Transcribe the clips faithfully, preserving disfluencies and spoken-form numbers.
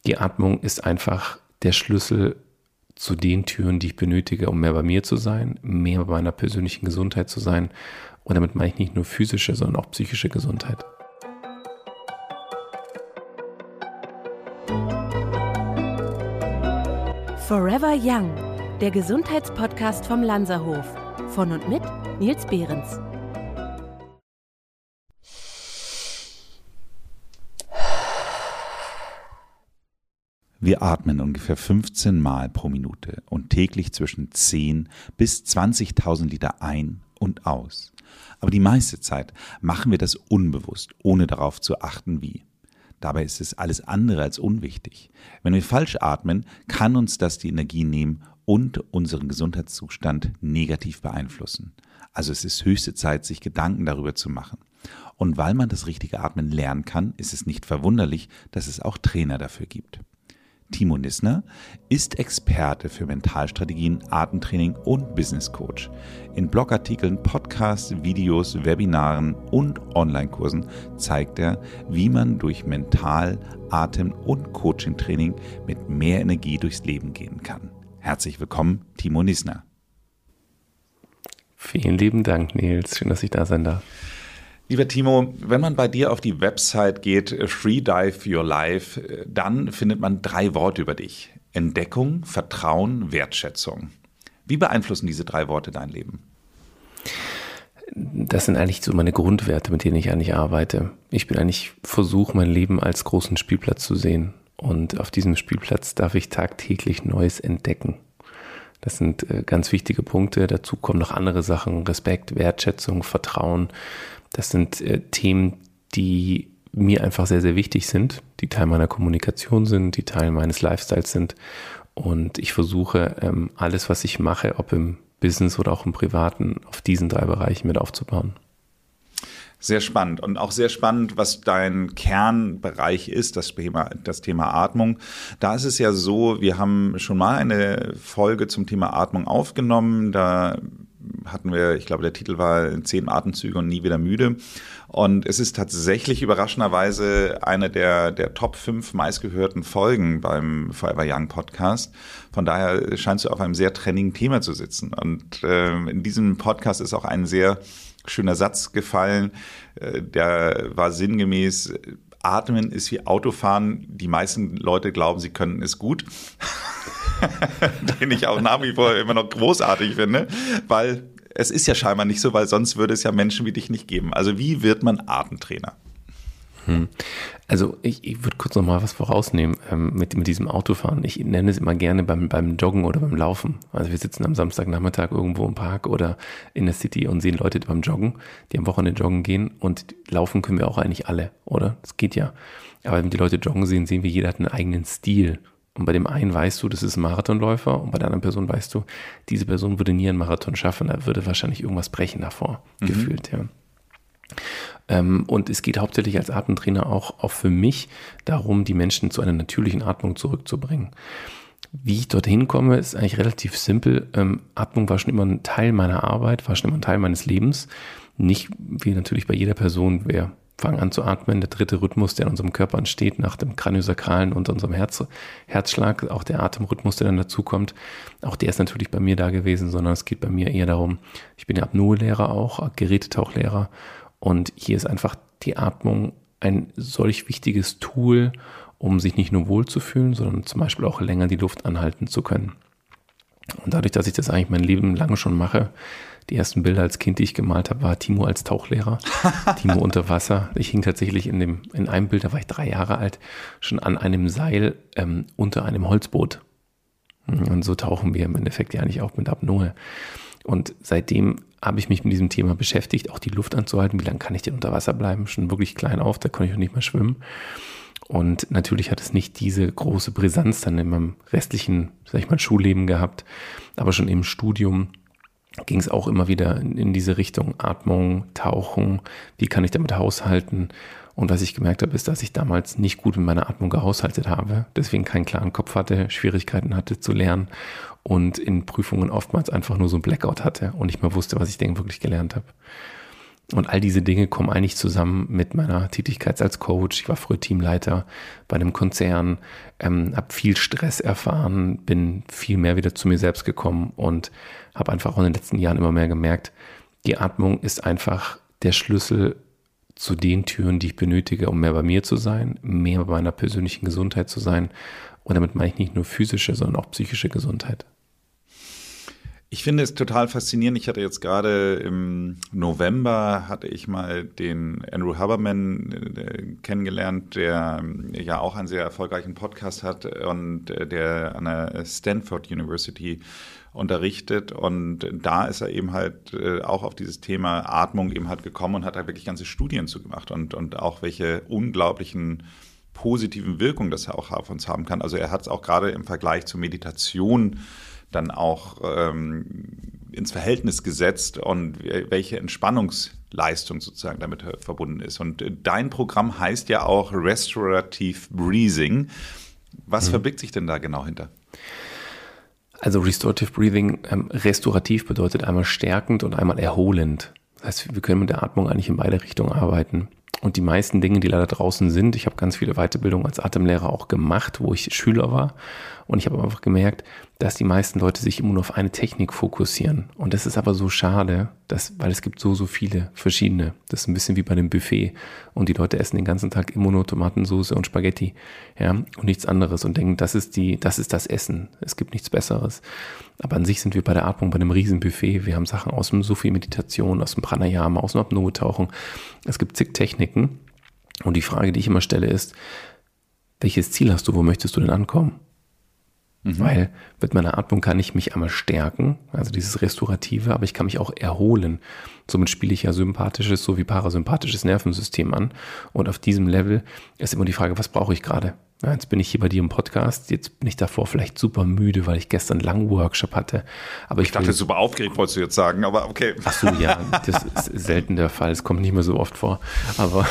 Die Atmung ist einfach der Schlüssel zu den Türen, die ich benötige, um mehr bei mir zu sein, mehr bei meiner persönlichen Gesundheit zu sein. Und damit meine ich nicht nur physische, sondern auch psychische Gesundheit. Forever Young, der Gesundheitspodcast vom Lanzerhof. Von und mit Nils Behrens. Wir atmen ungefähr fünfzehn Mal pro Minute und täglich zwischen zehn bis zwanzigtausend Liter ein und aus. Aber die meiste Zeit machen wir das unbewusst, ohne darauf zu achten, wie. Dabei ist es alles andere als unwichtig. Wenn wir falsch atmen, kann uns das die Energie nehmen und unseren Gesundheitszustand negativ beeinflussen. Also es ist höchste Zeit, sich Gedanken darüber zu machen. Und weil man das richtige Atmen lernen kann, ist es nicht verwunderlich, dass es auch Trainer dafür gibt. Timo Nissner ist Experte für Mentalstrategien, Atemtraining und Business Coach. In Blogartikeln, Podcasts, Videos, Webinaren und Online-Kursen zeigt er, wie man durch Mental-, Atem- und Coaching-Training mit mehr Energie durchs Leben gehen kann. Herzlich willkommen, Timo Nissner. Vielen lieben Dank, Nils. Schön, dass ich da sein darf. Lieber Timo, wenn man bei dir auf die Website geht, Freedive Your Life, dann findet man drei Worte über dich. Entdeckung, Vertrauen, Wertschätzung. Wie beeinflussen diese drei Worte dein Leben? Das sind eigentlich so meine Grundwerte, mit denen ich eigentlich arbeite. Ich bin eigentlich versuche, mein Leben als großen Spielplatz zu sehen. Und auf diesem Spielplatz darf ich tagtäglich Neues entdecken. Das sind äh, ganz wichtige Punkte. Dazu kommen noch andere Sachen. Respekt, Wertschätzung, Vertrauen. Das sind äh, Themen, die mir einfach sehr, sehr wichtig sind, die Teil meiner Kommunikation sind, die Teil meines Lifestyles sind. Und ich versuche, ähm, alles, was ich mache, ob im Business oder auch im Privaten, auf diesen drei Bereichen mit aufzubauen. Sehr spannend und auch sehr spannend, was dein Kernbereich ist, das Thema, das Thema Atmung. Da ist es ja so, wir haben schon mal eine Folge zum Thema Atmung aufgenommen. Da hatten wir, ich glaube, der Titel war zehn Atemzüge und nie wieder müde. Und es ist tatsächlich überraschenderweise eine der, der Top fünf meistgehörten Folgen beim Forever Young Podcast. Von daher scheinst du auf einem sehr trendigen Thema zu sitzen. Und äh, in diesem Podcast ist auch ein sehr schöner Satz gefallen, der war sinngemäß: Atmen ist wie Autofahren. Die meisten Leute glauben, sie können es gut. Den ich auch nach wie vor immer noch großartig finde, weil es ist ja scheinbar nicht so, weil sonst würde es ja Menschen wie dich nicht geben. Also wie wird man Atemtrainer? Hm. Also ich, ich würde kurz noch mal was vorausnehmen ähm, mit, mit diesem Autofahren. Ich nenne es immer gerne beim, beim Joggen oder beim Laufen. Also wir sitzen am Samstagnachmittag irgendwo im Park oder in der City und sehen Leute beim Joggen, die am Wochenende joggen gehen, und laufen können wir auch eigentlich alle, oder? Das geht ja. Aber wenn die Leute joggen sehen, sehen wir, jeder hat einen eigenen Stil. Und bei dem einen weißt du, das ist ein Marathonläufer, und bei der anderen Person weißt du, diese Person würde nie einen Marathon schaffen, da würde wahrscheinlich irgendwas brechen davor, mhm. gefühlt, ja. Ähm, und es geht hauptsächlich als Atemtrainer auch, auch für mich darum, die Menschen zu einer natürlichen Atmung zurückzubringen. Wie ich dorthin komme, ist eigentlich relativ simpel. Ähm, Atmung war schon immer ein Teil meiner Arbeit, war schon immer ein Teil meines Lebens. Nicht wie natürlich bei jeder Person. Wir fangen an zu atmen. Der dritte Rhythmus, der in unserem Körper entsteht, nach dem Kraniosakralen und unserem Herz, Herzschlag, auch der Atemrhythmus, der dann dazukommt, auch der ist natürlich bei mir da gewesen, sondern es geht bei mir eher darum, ich bin ja Apnoe-Lehrer auch, Gerätetauchlehrer. Und hier ist einfach die Atmung ein solch wichtiges Tool, um sich nicht nur wohlzufühlen, sondern zum Beispiel auch länger die Luft anhalten zu können. Und dadurch, dass ich das eigentlich mein Leben lang schon mache, die ersten Bilder als Kind, die ich gemalt habe, war Timo als Tauchlehrer, Timo unter Wasser. Ich hing tatsächlich in dem in einem Bild, da war ich drei Jahre alt, schon an einem Seil ähm, unter einem Holzboot. Und so tauchen wir im Endeffekt ja eigentlich auch mit Apnoe. Und seitdem habe ich mich mit diesem Thema beschäftigt, auch die Luft anzuhalten. Wie lange kann ich denn unter Wasser bleiben? Schon wirklich klein auf, da konnte ich noch nicht mehr schwimmen. Und natürlich hat es nicht diese große Brisanz dann in meinem restlichen, sag ich mal, Schulleben gehabt. Aber schon im Studium ging es auch immer wieder in, in diese Richtung Atmung, Tauchen. Wie kann ich damit haushalten? Und was ich gemerkt habe, ist, dass ich damals nicht gut mit meiner Atmung gehaushaltet habe, deswegen keinen klaren Kopf hatte, Schwierigkeiten hatte zu lernen und in Prüfungen oftmals einfach nur so ein Blackout hatte und nicht mehr wusste, was ich denn wirklich gelernt habe. Und all diese Dinge kommen eigentlich zusammen mit meiner Tätigkeit als Coach. Ich war früher Teamleiter bei einem Konzern, ähm, habe viel Stress erfahren, bin viel mehr wieder zu mir selbst gekommen und habe einfach auch in den letzten Jahren immer mehr gemerkt, die Atmung ist einfach der Schlüssel zu den Türen, die ich benötige, um mehr bei mir zu sein, mehr bei meiner persönlichen Gesundheit zu sein. Und damit meine ich nicht nur physische, sondern auch psychische Gesundheit. Ich finde es total faszinierend. Ich hatte jetzt gerade im November hatte ich mal den Andrew Huberman äh, kennengelernt, der äh, ja auch einen sehr erfolgreichen Podcast hat und äh, der an der Stanford University unterrichtet. Und da ist er eben halt äh, auch auf dieses Thema Atmung eben halt gekommen und hat da wirklich ganze Studien zu gemacht und, und auch welche unglaublichen positiven Wirkungen das er auch auf uns haben kann. Also er hat es auch gerade im Vergleich zur Meditation dann auch ähm, ins Verhältnis gesetzt und welche Entspannungsleistung sozusagen damit verbunden ist. Und dein Programm heißt ja auch Restorative Breathing. Was mhm. verbirgt sich denn da genau hinter? Also Restorative Breathing, ähm, restaurativ bedeutet einmal stärkend und einmal erholend. Das heißt, wir können mit der Atmung eigentlich in beide Richtungen arbeiten. Und die meisten Dinge, die leider draußen sind, ich habe ganz viele Weiterbildungen als Atemlehrer auch gemacht, wo ich Schüler war. Und ich habe einfach gemerkt, dass die meisten Leute sich immer nur auf eine Technik fokussieren. Und das ist aber so schade, dass, weil es gibt so, so viele verschiedene. Das ist ein bisschen wie bei dem Buffet. Und die Leute essen den ganzen Tag immer nur Tomatensauce und Spaghetti, ja, und nichts anderes und denken, das ist die, das ist das Essen. Es gibt nichts Besseres. Aber an sich sind wir bei der Atmung bei einem riesen Buffet. Wir haben Sachen aus dem Sufi-Meditation, aus dem Pranayama, aus dem Apnoe-Tauchen. Es gibt zig Techniken. Und die Frage, die ich immer stelle, ist, welches Ziel hast du, wo möchtest du denn ankommen? Mhm. Weil mit meiner Atmung kann ich mich einmal stärken, also dieses Restaurative, aber ich kann mich auch erholen. Somit spiele ich ja sympathisches sowie parasympathisches Nervensystem an. Und auf diesem Level ist immer die Frage, was brauche ich gerade? Ja, jetzt bin ich hier bei dir im Podcast, jetzt bin ich davor vielleicht super müde, weil ich gestern einen langen Workshop hatte. Aber ich, ich dachte, will, super aufgeregt wolltest du jetzt sagen, aber okay. Ach so, ja, das ist selten der Fall, es kommt nicht mehr so oft vor. Aber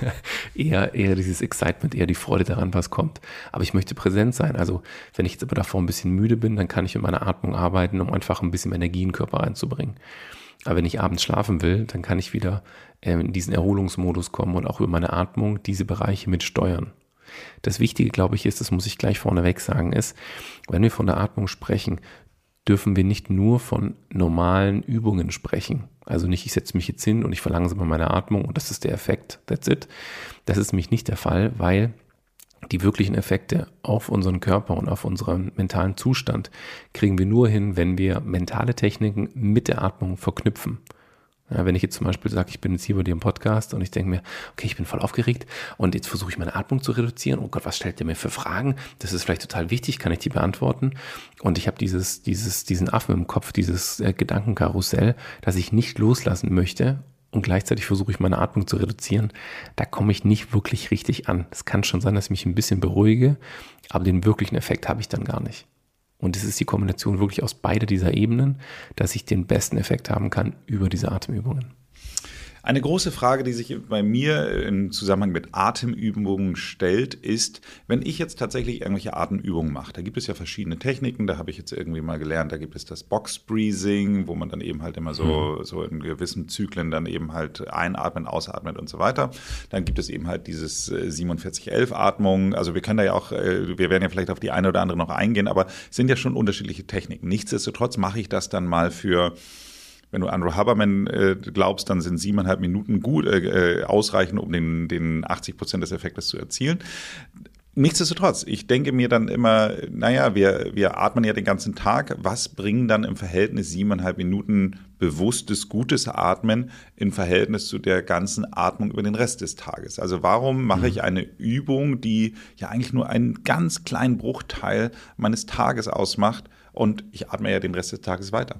eher, eher dieses Excitement, eher die Freude daran, was kommt. Aber ich möchte präsent sein. Also wenn ich jetzt aber davor ein bisschen müde bin, dann kann ich mit meiner Atmung arbeiten, um einfach ein bisschen Energie in den Körper reinzubringen. Aber wenn ich abends schlafen will, dann kann ich wieder in diesen Erholungsmodus kommen und auch über meine Atmung diese Bereiche mit steuern. Das Wichtige, glaube ich, ist, das muss ich gleich vorneweg sagen, ist, wenn wir von der Atmung sprechen, dürfen wir nicht nur von normalen Übungen sprechen. Also nicht, ich setze mich jetzt hin und ich verlangsame meine Atmung und das ist der Effekt, that's it. Das ist nämlich nicht der Fall, weil die wirklichen Effekte auf unseren Körper und auf unseren mentalen Zustand kriegen wir nur hin, wenn wir mentale Techniken mit der Atmung verknüpfen. Ja, wenn ich jetzt zum Beispiel sage, ich bin jetzt hier bei dir im Podcast und ich denke mir, okay, ich bin voll aufgeregt und jetzt versuche ich meine Atmung zu reduzieren. Oh Gott, was stellt der mir für Fragen? Das ist vielleicht total wichtig, kann ich die beantworten? Und ich habe dieses, dieses, diesen Affen im Kopf, dieses äh, Gedankenkarussell, das ich nicht loslassen möchte und gleichzeitig versuche ich meine Atmung zu reduzieren. Da komme ich nicht wirklich richtig an. Es kann schon sein, dass ich mich ein bisschen beruhige, aber den wirklichen Effekt habe ich dann gar nicht. Und es ist die Kombination wirklich aus beide dieser Ebenen, dass ich den besten Effekt haben kann über diese Atemübungen. Eine große Frage, die sich bei mir im Zusammenhang mit Atemübungen stellt, ist, wenn ich jetzt tatsächlich irgendwelche Atemübungen mache, da gibt es ja verschiedene Techniken, da habe ich jetzt irgendwie mal gelernt, da gibt es das Box-Breathing, wo man dann eben halt immer so, mhm. so in gewissen Zyklen dann eben halt einatmet, ausatmet und so weiter. Dann gibt es eben halt dieses siebenundvierzig elf Atmung, also wir können da ja auch, wir werden ja vielleicht auf die eine oder andere noch eingehen, aber es sind ja schon unterschiedliche Techniken. Nichtsdestotrotz mache ich das dann mal für... Wenn du Andrew Huberman äh, glaubst, dann sind siebeneinhalb Minuten gut äh, ausreichend, um den, den achtzig Prozent des Effektes zu erzielen. Nichtsdestotrotz, ich denke mir dann immer, naja, wir, wir atmen ja den ganzen Tag. Was bringen dann im Verhältnis siebeneinhalb Minuten bewusstes, gutes Atmen im Verhältnis zu der ganzen Atmung über den Rest des Tages? Also warum mache mhm. ich eine Übung, die ja eigentlich nur einen ganz kleinen Bruchteil meines Tages ausmacht und ich atme ja den Rest des Tages weiter?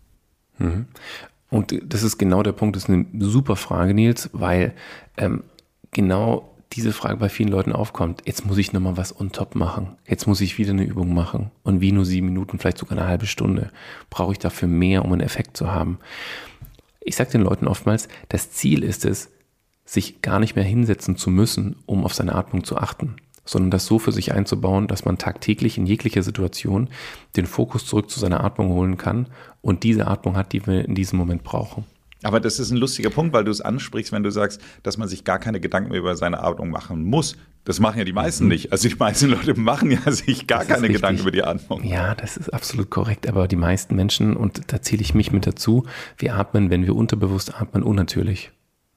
Und das ist genau der Punkt, das ist eine super Frage, Nils, weil ähm, genau diese Frage bei vielen Leuten aufkommt. Jetzt muss ich nochmal was on top machen. Jetzt muss ich wieder eine Übung machen. Und wie nur sieben Minuten, vielleicht sogar eine halbe Stunde. Brauche ich dafür mehr, um einen Effekt zu haben? Ich sage den Leuten oftmals, das Ziel ist es, sich gar nicht mehr hinsetzen zu müssen, um auf seine Atmung zu achten, sondern das so für sich einzubauen, dass man tagtäglich in jeglicher Situation den Fokus zurück zu seiner Atmung holen kann und diese Atmung hat, die wir in diesem Moment brauchen. Aber das ist ein lustiger Punkt, weil du es ansprichst, wenn du sagst, dass man sich gar keine Gedanken mehr über seine Atmung machen muss. Das machen ja die meisten mhm. nicht. Also die meisten Leute machen ja sich gar keine Gedanken über die Atmung. Ja, das ist absolut korrekt. Aber die meisten Menschen, und da zähle ich mich mit dazu, wir atmen, wenn wir unterbewusst atmen, unnatürlich.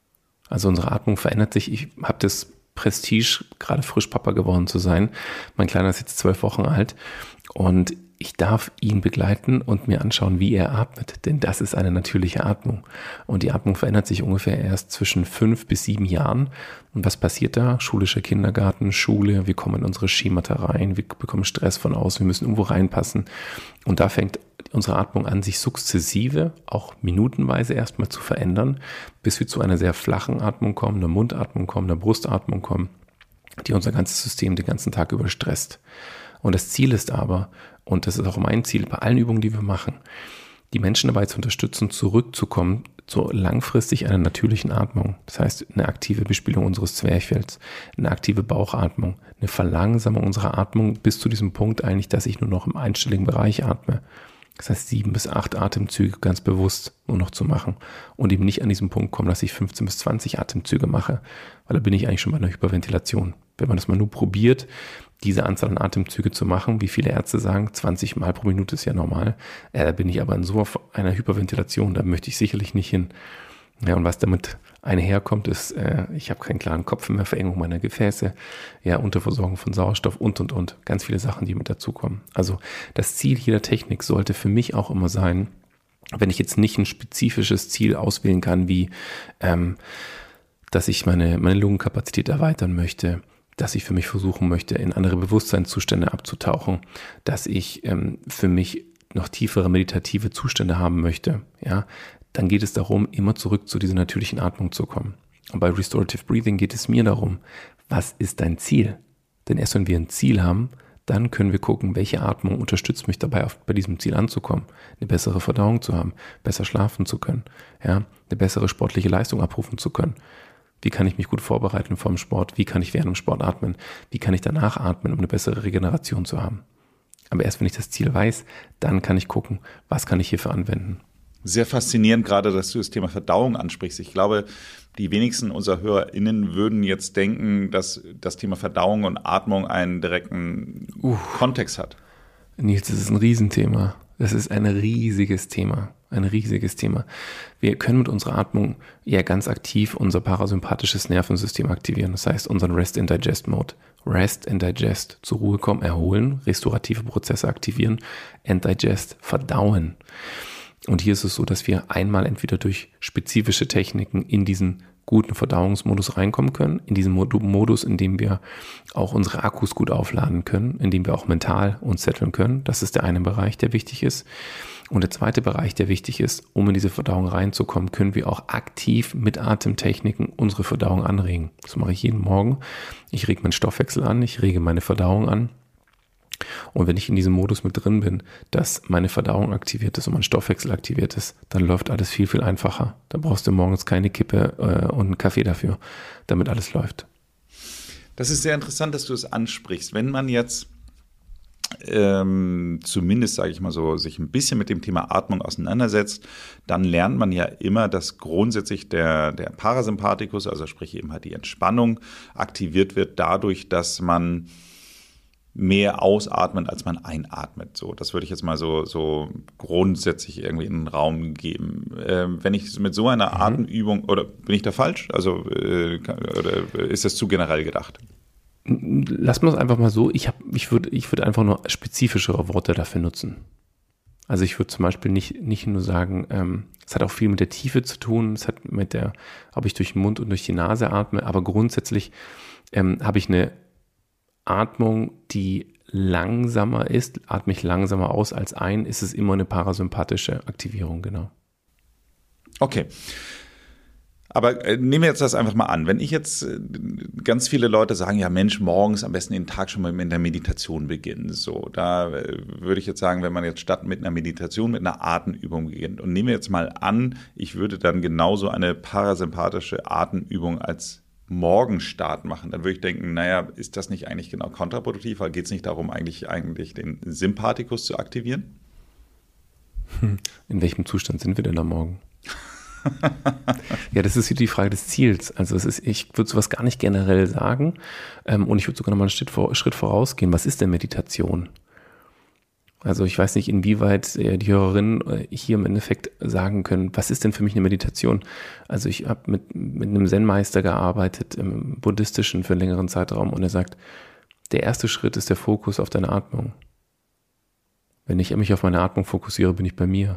Also unsere Atmung verändert sich. Ich habe das Prestige, gerade frisch Papa geworden zu sein. Mein Kleiner ist jetzt zwölf Wochen alt und ich darf ihn begleiten und mir anschauen, wie er atmet, denn das ist eine natürliche Atmung. Und die Atmung verändert sich ungefähr erst zwischen fünf bis sieben Jahren. Und was passiert da? Schulischer Kindergarten, Schule, wir kommen in unsere Schemata rein, wir bekommen Stress von außen, wir müssen irgendwo reinpassen. Und da fängt unsere Atmung an, sich sukzessive, auch minutenweise erstmal zu verändern, bis wir zu einer sehr flachen Atmung kommen, einer Mundatmung kommen, einer Brustatmung kommen, die unser ganzes System den ganzen Tag über stresst. Und das Ziel ist aber, und das ist auch mein Ziel bei allen Übungen, die wir machen, die Menschen dabei zu unterstützen, zurückzukommen zu langfristig einer natürlichen Atmung. Das heißt, eine aktive Bespielung unseres Zwerchfells, eine aktive Bauchatmung, eine Verlangsamung unserer Atmung bis zu diesem Punkt eigentlich, dass ich nur noch im einstelligen Bereich atme. Das heißt, sieben bis acht Atemzüge ganz bewusst nur noch zu machen und eben nicht an diesen Punkt kommen, dass ich fünfzehn bis zwanzig Atemzüge mache, weil da bin ich eigentlich schon bei einer Hyperventilation. Wenn man das mal nur probiert, diese Anzahl an Atemzüge zu machen, wie viele Ärzte sagen, zwanzig Mal pro Minute ist ja normal, ja, da bin ich aber in so einer Hyperventilation, da möchte ich sicherlich nicht hin. Ja, und was damit einherkommt, ist, äh, ich habe keinen klaren Kopf mehr, Verengung meiner Gefäße, ja, Unterversorgung von Sauerstoff und, und, und. Ganz viele Sachen, die mit dazukommen. Also das Ziel jeder Technik sollte für mich auch immer sein, wenn ich jetzt nicht ein spezifisches Ziel auswählen kann, wie, ähm, dass ich meine, meine Lungenkapazität erweitern möchte, dass ich für mich versuchen möchte, in andere Bewusstseinszustände abzutauchen, dass ich ähm, für mich noch tiefere meditative Zustände haben möchte, ja, dann geht es darum, immer zurück zu dieser natürlichen Atmung zu kommen. Und bei Restorative Breathing geht es mir darum, was ist dein Ziel? Denn erst wenn wir ein Ziel haben, dann können wir gucken, welche Atmung unterstützt mich dabei, auf, bei diesem Ziel anzukommen, eine bessere Verdauung zu haben, besser schlafen zu können, ja, eine bessere sportliche Leistung abrufen zu können. Wie kann ich mich gut vorbereiten vom Sport? Wie kann ich während dem Sport atmen? Wie kann ich danach atmen, um eine bessere Regeneration zu haben? Aber erst wenn ich das Ziel weiß, dann kann ich gucken, was kann ich hierfür anwenden. Sehr faszinierend gerade, dass du das Thema Verdauung ansprichst. Ich glaube, die wenigsten unserer HörerInnen würden jetzt denken, dass das Thema Verdauung und Atmung einen direkten uh, Kontext hat. Nils, das ist ein Riesenthema. Das ist ein riesiges Thema. Ein riesiges Thema. Wir können mit unserer Atmung ja ganz aktiv unser parasympathisches Nervensystem aktivieren. Das heißt, unseren Rest-and-Digest-Mode. Rest and Digest, zur Ruhe kommen, erholen, restaurative Prozesse aktivieren, and Digest, verdauen. Und hier ist es so, dass wir einmal entweder durch spezifische Techniken in diesen guten Verdauungsmodus reinkommen können, in diesen Modus, in dem wir auch unsere Akkus gut aufladen können, in dem wir auch mental uns setteln können. Das ist der eine Bereich, der wichtig ist. Und der zweite Bereich, der wichtig ist, um in diese Verdauung reinzukommen, können wir auch aktiv mit Atemtechniken unsere Verdauung anregen. Das mache ich jeden Morgen. Ich rege meinen Stoffwechsel an, ich rege meine Verdauung an. Und wenn ich in diesem Modus mit drin bin, dass meine Verdauung aktiviert ist und mein Stoffwechsel aktiviert ist, dann läuft alles viel, viel einfacher. Da brauchst du morgens keine Kippe äh, und einen Kaffee dafür, damit alles läuft. Das ist sehr interessant, dass du es ansprichst. Wenn man jetzt ähm, zumindest, sage ich mal so, sich ein bisschen mit dem Thema Atmung auseinandersetzt, dann lernt man ja immer, dass grundsätzlich der, der Parasympathikus, also sprich eben halt die Entspannung, aktiviert wird dadurch, dass man mehr ausatmet, als man einatmet. So, das würde ich jetzt mal so, so grundsätzlich irgendwie in den Raum geben. Ähm, wenn ich mit so einer mhm. Atemübung, oder bin ich da falsch? Also äh, oder ist das zu generell gedacht? Lass mal es einfach mal so, ich, hab, ich würde ich würd einfach nur spezifischere Worte dafür nutzen. Also ich würde zum Beispiel nicht, nicht nur sagen, ähm, es hat auch viel mit der Tiefe zu tun, es hat mit der, ob ich durch den Mund und durch die Nase atme, aber grundsätzlich ähm, habe ich eine Atmung, die langsamer ist, atme ich langsamer aus als ein, ist es immer eine parasympathische Aktivierung, genau. Okay. Aber äh, nehmen wir jetzt das einfach mal an. Wenn ich jetzt, äh, ganz viele Leute sagen, ja Mensch, morgens am besten den Tag schon mal mit einer Meditation beginnen. So, da äh, würde ich jetzt sagen, wenn man jetzt statt mit einer Meditation, mit einer Atemübung beginnt. Und nehmen wir jetzt mal an, ich würde dann genauso eine parasympathische Atemübung als Morgenstart machen, dann würde ich denken, naja, ist das nicht eigentlich genau kontraproduktiv, weil geht es nicht darum, eigentlich, eigentlich den Sympathikus zu aktivieren? In welchem Zustand sind wir denn am Morgen? Ja, das ist wieder die Frage des Ziels. Also es ist, ich würde sowas gar nicht generell sagen ähm, und ich würde sogar noch mal einen Schritt, vor, Schritt vorausgehen. Was ist denn Meditation? Also ich weiß nicht, inwieweit äh, die Hörerinnen äh, hier im Endeffekt sagen können, was ist denn für mich eine Meditation? Also ich habe mit, mit einem Zen-Meister gearbeitet, im Buddhistischen für einen längeren Zeitraum und er sagt, der erste Schritt ist der Fokus auf deine Atmung. Wenn ich mich auf meine Atmung fokussiere, bin ich bei mir.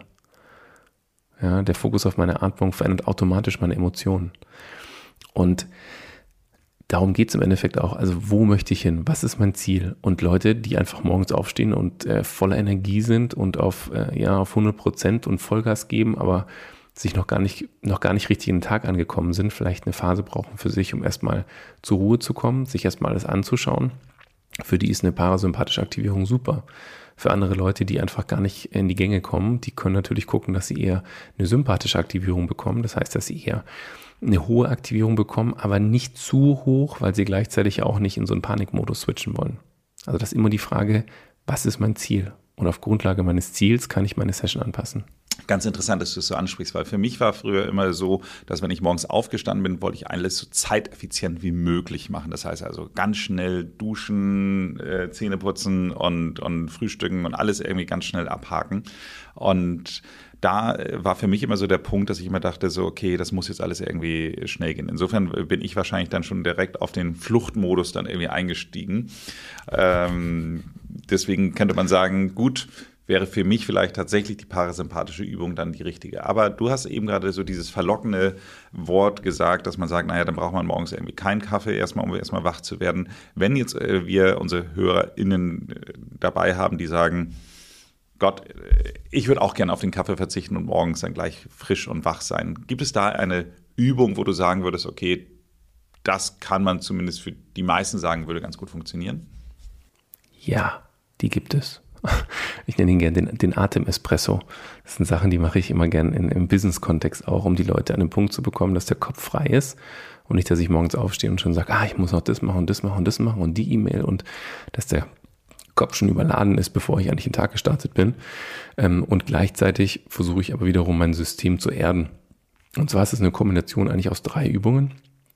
Ja, der Fokus auf meine Atmung verändert automatisch meine Emotionen. Und darum geht es im Endeffekt auch. Also wo möchte ich hin? Was ist mein Ziel? Und Leute, die einfach morgens aufstehen und äh, voller Energie sind und auf, äh, ja, auf hundert Prozent und Vollgas geben, aber sich noch gar nicht, noch gar nicht richtig in den Tag angekommen sind, vielleicht eine Phase brauchen für sich, um erstmal zur Ruhe zu kommen, sich erstmal alles anzuschauen. Für die ist eine parasympathische Aktivierung super. Für andere Leute, die einfach gar nicht in die Gänge kommen, die können natürlich gucken, dass sie eher eine sympathische Aktivierung bekommen. Das heißt, dass sie eher eine hohe Aktivierung bekommen, aber nicht zu hoch, weil sie gleichzeitig auch nicht in so einen Panikmodus switchen wollen. Also das ist immer die Frage, was ist mein Ziel? Und auf Grundlage meines Ziels kann ich meine Session anpassen. Ganz interessant, dass du es so ansprichst, weil für mich war früher immer so, dass wenn ich morgens aufgestanden bin, wollte ich alles so zeiteffizient wie möglich machen. Das heißt also ganz schnell duschen, äh, Zähne putzen und, und frühstücken und alles irgendwie ganz schnell abhaken. Und da war für mich immer so der Punkt, dass ich immer dachte, so okay, das muss jetzt alles irgendwie schnell gehen. Insofern bin ich wahrscheinlich dann schon direkt auf den Fluchtmodus dann irgendwie eingestiegen. Ähm, deswegen könnte man sagen, gut, wäre für mich vielleicht tatsächlich die parasympathische Übung dann die richtige. Aber du hast eben gerade so dieses verlockende Wort gesagt, dass man sagt, naja, dann braucht man morgens irgendwie keinen Kaffee, erstmal, um erstmal wach zu werden. Wenn jetzt äh, wir unsere HörerInnen äh, dabei haben, die sagen, Gott, ich würde auch gerne auf den Kaffee verzichten und morgens dann gleich frisch und wach sein. Gibt es da eine Übung, wo du sagen würdest, okay, das kann man zumindest für die meisten sagen, würde ganz gut funktionieren? Ja, die gibt es. Ich nenne ihn gerne den, den Atem-Espresso. Das sind Sachen, die mache ich immer gerne in, im Business-Kontext auch, um die Leute an den Punkt zu bekommen, dass der Kopf frei ist und nicht, dass ich morgens aufstehe und schon sage, ah, ich muss noch das machen und das machen und das machen und die E-Mail und dass der Kopf schon überladen ist, bevor ich eigentlich in den Tag gestartet bin. Und gleichzeitig versuche ich aber wiederum mein System zu erden. Und zwar ist es eine Kombination eigentlich aus drei Übungen.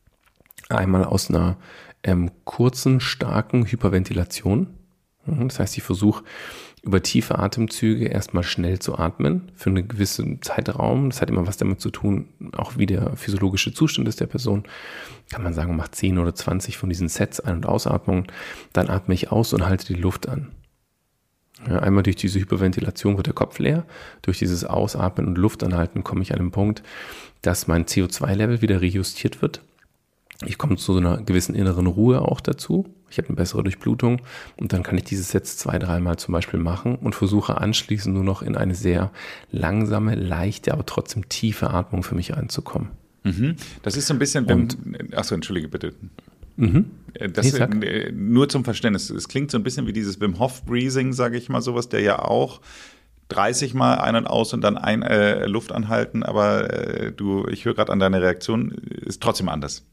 Einmal aus einer ähm, kurzen, starken Hyperventilation. Das heißt, ich versuche über tiefe Atemzüge erstmal schnell zu atmen für einen gewissen Zeitraum. Das hat immer was damit zu tun, auch wie der physiologische Zustand ist der Person. Kann man sagen, man macht zehn oder zwanzig von diesen Sets Ein- und Ausatmungen. Dann atme ich aus und halte die Luft an. Ja, einmal durch diese Hyperventilation wird der Kopf leer. Durch dieses Ausatmen und Luft anhalten komme ich an den Punkt, dass mein C O zwei Level wieder rejustiert wird. Ich komme zu so einer gewissen inneren Ruhe auch dazu. Ich habe eine bessere Durchblutung und dann kann ich diese Sets zwei, dreimal zum Beispiel machen und versuche anschließend nur noch in eine sehr langsame, leichte, aber trotzdem tiefe Atmung für mich reinzukommen. Mhm. Das ist so ein bisschen, Und, achso, entschuldige bitte. Mhm. Das, Nee, nur zum Verständnis, es klingt so ein bisschen wie dieses Wim Hof Breathing, sage ich mal sowas, der ja auch dreißig Mal ein- und aus und dann ein äh, Luft anhalten, aber äh, du, ich höre gerade an deiner Reaktion, ist trotzdem anders.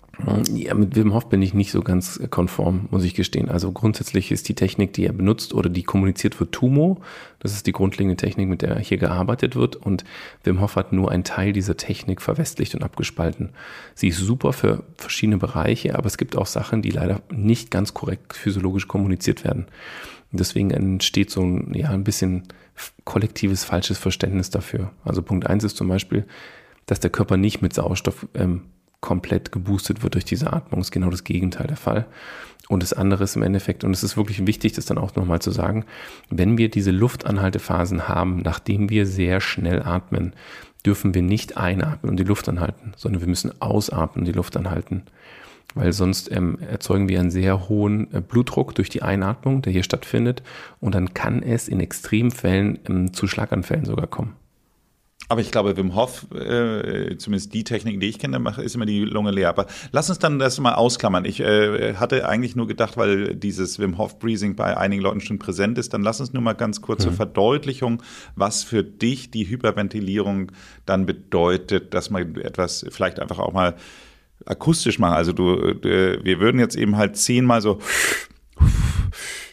Ja, mit Wim Hof bin ich nicht so ganz konform, muss ich gestehen. Also grundsätzlich ist die Technik, die er benutzt oder die kommuniziert wird, Tumo. Das ist die grundlegende Technik, mit der hier gearbeitet wird. Und Wim Hof hat nur einen Teil dieser Technik verwestlicht und abgespalten. Sie ist super für verschiedene Bereiche, aber es gibt auch Sachen, die leider nicht ganz korrekt physiologisch kommuniziert werden. Und deswegen entsteht so ein, ja, ein bisschen kollektives, falsches Verständnis dafür. Also Punkt eins ist zum Beispiel, dass der Körper nicht mit Sauerstoff ähm, komplett geboostet wird durch diese Atmung, ist genau das Gegenteil der Fall. Und das andere ist im Endeffekt, und es ist wirklich wichtig, das dann auch nochmal zu sagen, wenn wir diese Luftanhaltephasen haben, nachdem wir sehr schnell atmen, dürfen wir nicht einatmen und die Luft anhalten, sondern wir müssen ausatmen und die Luft anhalten. Weil sonst ähm, erzeugen wir einen sehr hohen äh, Blutdruck durch die Einatmung, der hier stattfindet, und dann kann es in Extremfällen ähm, zu Schlaganfällen sogar kommen. Aber ich glaube, Wim Hof, äh, zumindest die Technik, die ich kenne, ist immer die Lunge leer. Aber lass uns dann das mal ausklammern. Ich äh, hatte eigentlich nur gedacht, weil dieses Wim Hof Breathing bei einigen Leuten schon präsent ist, dann lass uns nur mal ganz kurz zur mhm. Verdeutlichung, was für dich die Hyperventilierung dann bedeutet, dass man etwas vielleicht einfach auch mal akustisch machen. Also du, äh, wir würden jetzt eben halt zehnmal so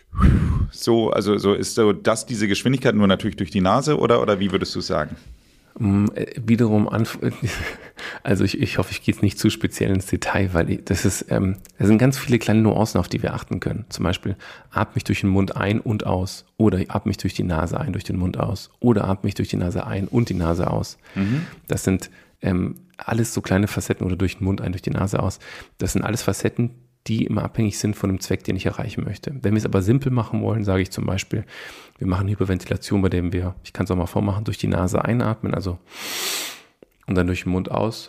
so, also so ist so das diese Geschwindigkeit nur natürlich durch die Nase oder, oder wie würdest du sagen? Wiederum, anf- also ich, ich hoffe, ich gehe jetzt nicht zu speziell ins Detail, weil ich, das ist, ähm, das sind ganz viele kleine Nuancen, auf die wir achten können. Zum Beispiel, atme ich durch den Mund ein und aus, oder atme ich durch die Nase ein, durch den Mund aus, oder atme ich durch die Nase ein und die Nase aus. Mhm. Das sind ähm, alles so kleine Facetten, oder durch den Mund ein, durch die Nase aus. Das sind alles Facetten, die immer abhängig sind von dem Zweck, den ich erreichen möchte. Wenn wir es aber simpel machen wollen, sage ich zum Beispiel, wir machen Hyperventilation, bei dem wir, ich kann es auch mal vormachen, durch die Nase einatmen, also und dann durch den Mund aus.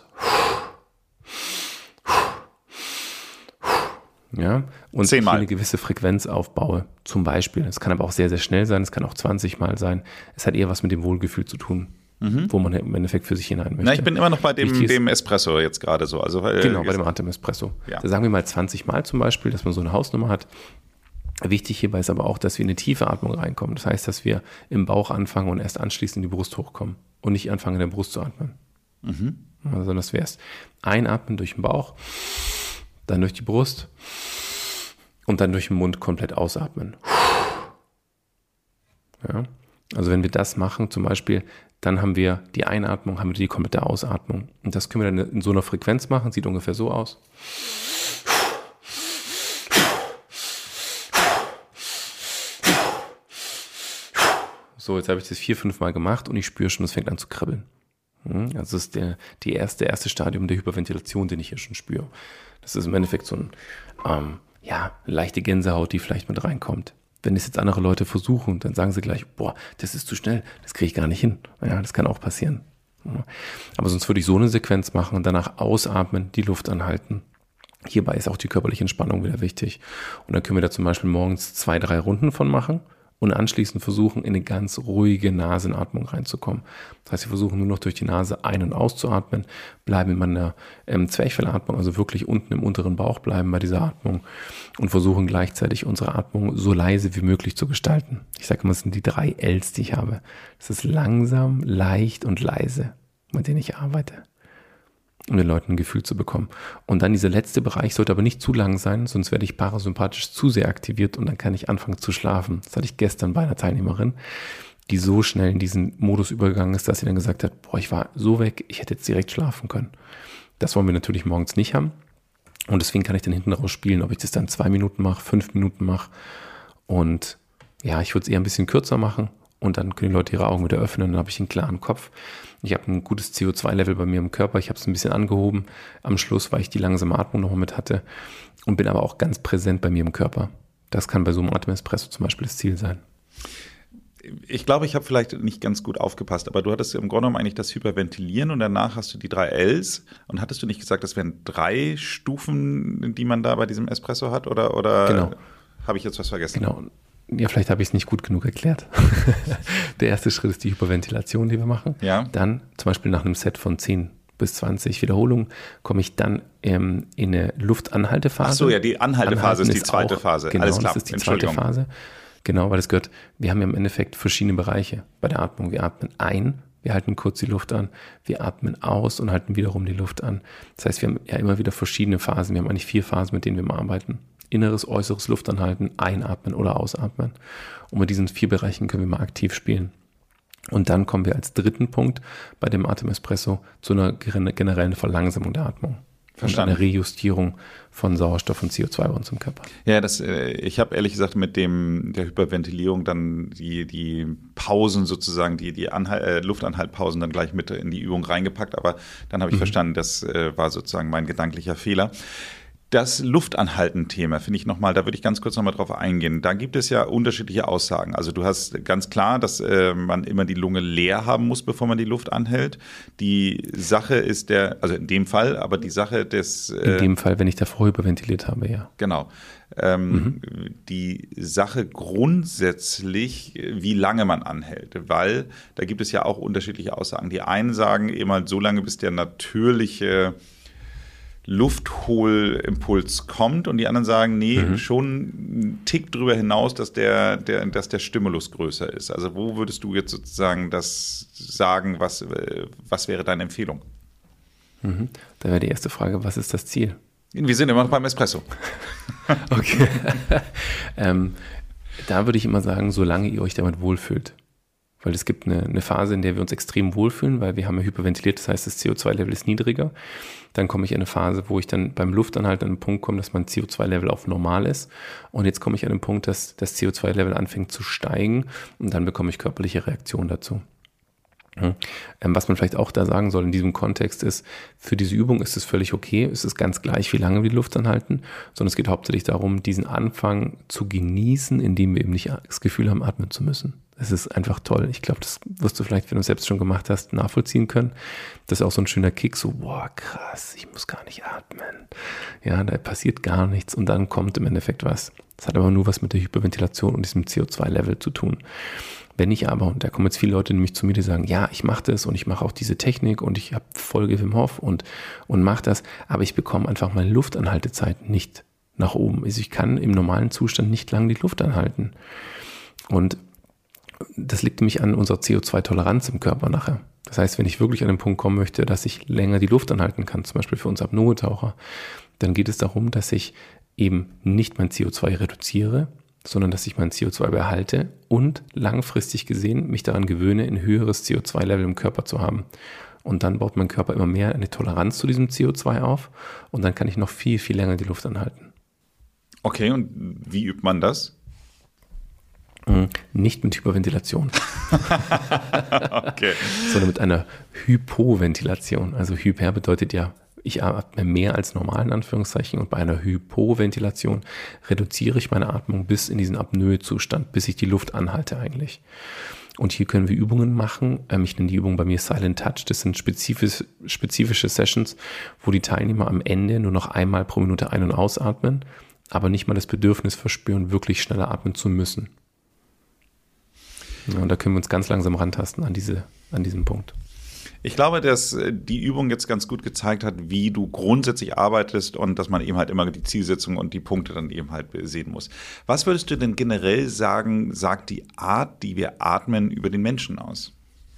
Ja, und Zehnmal. hier eine gewisse Frequenz aufbaue, zum Beispiel. Es kann aber auch sehr, sehr schnell sein, es kann auch zwanzig Mal sein. Es hat eher was mit dem Wohlgefühl zu tun, mhm. wo man im Endeffekt für sich hinein möchte. Na, ich bin immer noch bei dem, dem Espresso jetzt gerade so. Also, äh, genau, bei dem Atem-Espresso. Ja. Da sagen wir mal zwanzig Mal zum Beispiel, dass man so eine Hausnummer hat. Wichtig hierbei ist aber auch, dass wir in eine tiefe Atmung reinkommen. Das heißt, dass wir im Bauch anfangen und erst anschließend in die Brust hochkommen und nicht anfangen, in der Brust zu atmen. Mhm. Also das wäre es. Einatmen durch den Bauch, dann durch die Brust und dann durch den Mund komplett ausatmen. Ja. Also wenn wir das machen, zum Beispiel, dann haben wir die Einatmung, haben wir die komplette Ausatmung. Und das können wir dann in so einer Frequenz machen, sieht ungefähr so aus. So, jetzt habe ich das vier, fünf Mal gemacht und ich spüre schon, es fängt an zu kribbeln. Also das ist der, die erste, erste Stadium der Hyperventilation, den ich hier schon spüre. Das ist im Endeffekt so ein, ähm, ja, eine leichte Gänsehaut, die vielleicht mit reinkommt. Wenn es jetzt andere Leute versuchen, dann sagen sie gleich, boah, das ist zu schnell, das kriege ich gar nicht hin. Ja, das kann auch passieren. Aber sonst würde ich so eine Sequenz machen und danach ausatmen, die Luft anhalten. Hierbei ist auch die körperliche Entspannung wieder wichtig. Und dann können wir da zum Beispiel morgens zwei, drei Runden von machen und anschließend versuchen, in eine ganz ruhige Nasenatmung reinzukommen. Das heißt, wir versuchen nur noch durch die Nase ein- und auszuatmen, bleiben in meiner ähm, Zwerchfellatmung, also wirklich unten im unteren Bauch bleiben bei dieser Atmung und versuchen gleichzeitig unsere Atmung so leise wie möglich zu gestalten. Ich sage immer, das sind die drei Ls, die ich habe. Das ist langsam, leicht und leise, mit denen ich arbeite, um den Leuten ein Gefühl zu bekommen. Und dann dieser letzte Bereich sollte aber nicht zu lang sein, sonst werde ich parasympathisch zu sehr aktiviert und dann kann ich anfangen zu schlafen. Das hatte ich gestern bei einer Teilnehmerin, die so schnell in diesen Modus übergegangen ist, dass sie dann gesagt hat, boah, ich war so weg, ich hätte jetzt direkt schlafen können. Das wollen wir natürlich morgens nicht haben. Und deswegen kann ich dann hinten raus spielen, ob ich das dann zwei Minuten mache, fünf Minuten mache. Und ja, ich würde es eher ein bisschen kürzer machen. Und dann können die Leute ihre Augen wieder öffnen, dann habe ich einen klaren Kopf. Ich habe ein gutes C O zwei Level bei mir im Körper, ich habe es ein bisschen angehoben am Schluss, weil ich die langsame Atmung nochmal mit hatte und bin aber auch ganz präsent bei mir im Körper. Das kann bei so einem Atem-Espresso zum Beispiel das Ziel sein. Ich glaube, ich habe vielleicht nicht ganz gut aufgepasst, aber du hattest im Grunde genommen eigentlich das Hyperventilieren und danach hast du die drei Ls. Und hattest du nicht gesagt, das wären drei Stufen, die man da bei diesem Espresso hat? Oder, oder genau. Habe ich jetzt was vergessen? Genau. Ja, vielleicht habe ich es nicht gut genug erklärt. Der erste Schritt ist die Hyperventilation, die wir machen. Ja. Dann zum Beispiel nach einem Set von zehn bis zwanzig Wiederholungen komme ich dann ähm, in eine Luftanhaltephase. Ach so, ja, die Anhaltephase Anhalten ist die zweite auch, Phase. Genau, Alles klar. das ist die zweite Phase. Genau, weil das gehört, wir haben ja im Endeffekt verschiedene Bereiche bei der Atmung. Wir atmen ein, wir halten kurz die Luft an, wir atmen aus und halten wiederum die Luft an. Das heißt, wir haben ja immer wieder verschiedene Phasen. Wir haben eigentlich vier Phasen, mit denen wir mal arbeiten. Inneres, äußeres Luftanhalten, einatmen oder ausatmen. Und mit diesen vier Bereichen können wir mal aktiv spielen. Und dann kommen wir als dritten Punkt bei dem Atem-Espresso zu einer generellen Verlangsamung der Atmung. Verstanden. Und eine Rejustierung von Sauerstoff und C O zwei bei uns im Körper. Ja, das, ich habe ehrlich gesagt mit dem der Hyperventilierung dann die, die Pausen sozusagen, die, die Anhalt, äh, Luftanhaltpausen dann gleich mit in die Übung reingepackt. Aber dann habe ich mhm. verstanden, das äh, war sozusagen mein gedanklicher Fehler. Das Luftanhalten-Thema finde ich nochmal, da würde ich ganz kurz nochmal drauf eingehen. Da gibt es ja unterschiedliche Aussagen. Also du hast ganz klar, dass äh, man immer die Lunge leer haben muss, bevor man die Luft anhält. Die Sache ist der, also in dem Fall, aber die Sache des... Äh, in dem Fall, wenn ich davor hyperventiliert habe, ja. Genau. Ähm, mhm. Die Sache grundsätzlich, wie lange man anhält, weil da gibt es ja auch unterschiedliche Aussagen. Die einen sagen eben halt so lange, bis der natürliche Luftholimpuls kommt und die anderen sagen, nee, mhm. schon einen Tick drüber hinaus, dass der, der, dass der Stimulus größer ist. Also wo würdest du jetzt sozusagen das sagen, was, was wäre deine Empfehlung? Mhm. Da wäre die erste Frage, was ist das Ziel? Wir sind immer noch beim Espresso. Okay. ähm, da würde ich immer sagen, solange ihr euch damit wohlfühlt. Weil es gibt eine, eine Phase, in der wir uns extrem wohlfühlen, weil wir haben ja hyperventiliert, das heißt, das C O zwei Level ist niedriger. Dann komme ich in eine Phase, wo ich dann beim Luftanhalten an einen Punkt komme, dass mein C O zwei Level auf normal ist. Und jetzt komme ich an den Punkt, dass das C O zwei Level anfängt zu steigen und dann bekomme ich körperliche Reaktionen dazu. Was man vielleicht auch da sagen soll in diesem Kontext ist, für diese Übung ist es völlig okay, es ist ganz gleich, wie lange wir die Luft anhalten, sondern es geht hauptsächlich darum, diesen Anfang zu genießen, indem wir eben nicht das Gefühl haben, atmen zu müssen. Das ist einfach toll. Ich glaube, das wirst du vielleicht, wenn du es selbst schon gemacht hast, nachvollziehen können. Das ist auch so ein schöner Kick, so, boah, krass, ich muss gar nicht atmen. Ja, da passiert gar nichts und dann kommt im Endeffekt was. Das hat aber nur was mit der Hyperventilation und diesem C O zwei Level zu tun. Wenn ich aber, und da kommen jetzt viele Leute nämlich zu mir, die sagen, ja, ich mache das und ich mache auch diese Technik und ich habe Folge Wim Hof und, und mache das, aber ich bekomme einfach meine Luftanhaltezeit nicht nach oben. Also ich kann im normalen Zustand nicht lange die Luft anhalten. Und das liegt nämlich an unserer C O zwei Toleranz im Körper nachher. Das heißt, wenn ich wirklich an den Punkt kommen möchte, dass ich länger die Luft anhalten kann, zum Beispiel für uns Apnoe-Taucher, dann geht es darum, dass ich eben nicht mein C O zwei reduziere, sondern dass ich mein C O zwei behalte und langfristig gesehen mich daran gewöhne, ein höheres C O zwei Level im Körper zu haben. Und dann baut mein Körper immer mehr eine Toleranz zu diesem C O zwei auf und dann kann ich noch viel, viel länger die Luft anhalten. Okay, und wie übt man das? Nicht mit Hyperventilation, okay. sondern mit einer Hypoventilation. Also Hyper bedeutet ja, ich atme mehr als normal in Anführungszeichen und bei einer Hypoventilation reduziere ich meine Atmung bis in diesen Apnoe-Zustand, bis ich die Luft anhalte eigentlich. Und hier können wir Übungen machen. Ich nenne die Übung bei mir Silent Touch. Das sind spezifisch, spezifische Sessions, wo die Teilnehmer am Ende nur noch einmal pro Minute ein- und ausatmen, aber nicht mal das Bedürfnis verspüren, wirklich schneller atmen zu müssen. Ja, und da können wir uns ganz langsam rantasten an, diese, an diesen Punkt. Ich glaube, dass die Übung jetzt ganz gut gezeigt hat, wie du grundsätzlich arbeitest und dass man eben halt immer die Zielsetzung und die Punkte dann eben halt sehen muss. Was würdest du denn generell sagen, sagt die Art, die wir atmen, über den Menschen aus?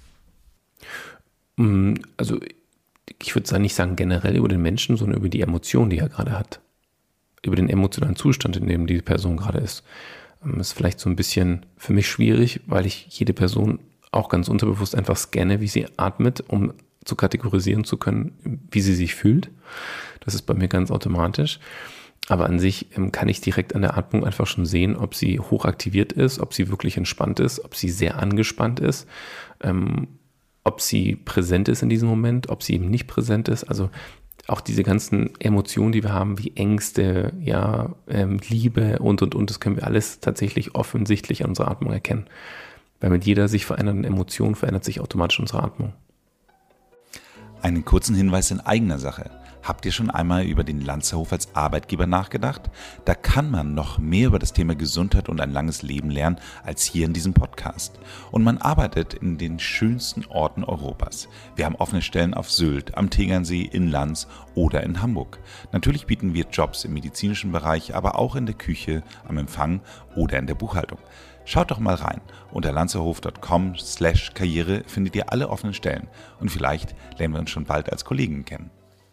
Also ich würde nicht sagen generell über den Menschen, sondern über die Emotion, die er gerade hat. Über den emotionalen Zustand, in dem die Person gerade ist. Das ist vielleicht so ein bisschen für mich schwierig, weil ich jede Person auch ganz unterbewusst einfach scanne, wie sie atmet, um zu kategorisieren zu können, wie sie sich fühlt. Das ist bei mir ganz automatisch. Aber an sich ähm, kann ich direkt an der Atmung einfach schon sehen, ob sie hochaktiviert ist, ob sie wirklich entspannt ist, ob sie sehr angespannt ist, ähm, ob sie präsent ist in diesem Moment, ob sie eben nicht präsent ist. Also auch diese ganzen Emotionen, die wir haben, wie Ängste, ja, ähm, Liebe und, und, und, das können wir alles tatsächlich offensichtlich an unserer Atmung erkennen. Weil mit jeder sich verändernden Emotion verändert sich automatisch unsere Atmung. Einen kurzen Hinweis in eigener Sache. Habt ihr schon einmal über den Lanzerhof als Arbeitgeber nachgedacht? Da kann man noch mehr über das Thema Gesundheit und ein langes Leben lernen als hier in diesem Podcast. Und man arbeitet in den schönsten Orten Europas. Wir haben offene Stellen auf Sylt, am Tegernsee, in Lanz oder in Hamburg. Natürlich bieten wir Jobs im medizinischen Bereich, aber auch in der Küche, am Empfang oder in der Buchhaltung. Schaut doch mal rein. Unter lanzerhof punkt com slash karriere findet ihr alle offenen Stellen. Und vielleicht lernen wir uns schon bald als Kollegen kennen.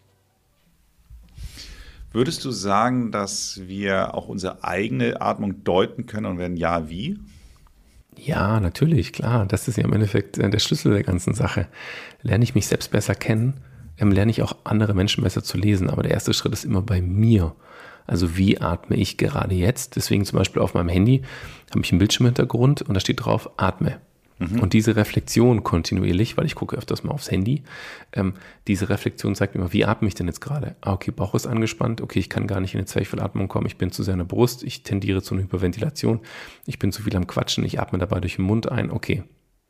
Würdest du sagen, dass wir auch unsere eigene Atmung deuten können und wenn ja, wie? Ja, natürlich, klar. Das ist ja im Endeffekt der Schlüssel der ganzen Sache. Lerne ich mich selbst besser kennen, lerne ich auch andere Menschen besser zu lesen. Aber der erste Schritt ist immer bei mir. Also wie atme ich gerade jetzt? Deswegen zum Beispiel auf meinem Handy habe ich einen Bildschirmhintergrund und da steht drauf, atme. Mhm. Und diese Reflexion kontinuierlich, weil ich gucke öfters mal aufs Handy, ähm, diese Reflexion zeigt mir immer, wie atme ich denn jetzt gerade? Ah, okay, Bauch ist angespannt, okay, ich kann gar nicht in eine Zwerchfellatmung kommen, ich bin zu sehr in der Brust, ich tendiere zu einer Hyperventilation, ich bin zu viel am Quatschen, ich atme dabei durch den Mund ein, okay.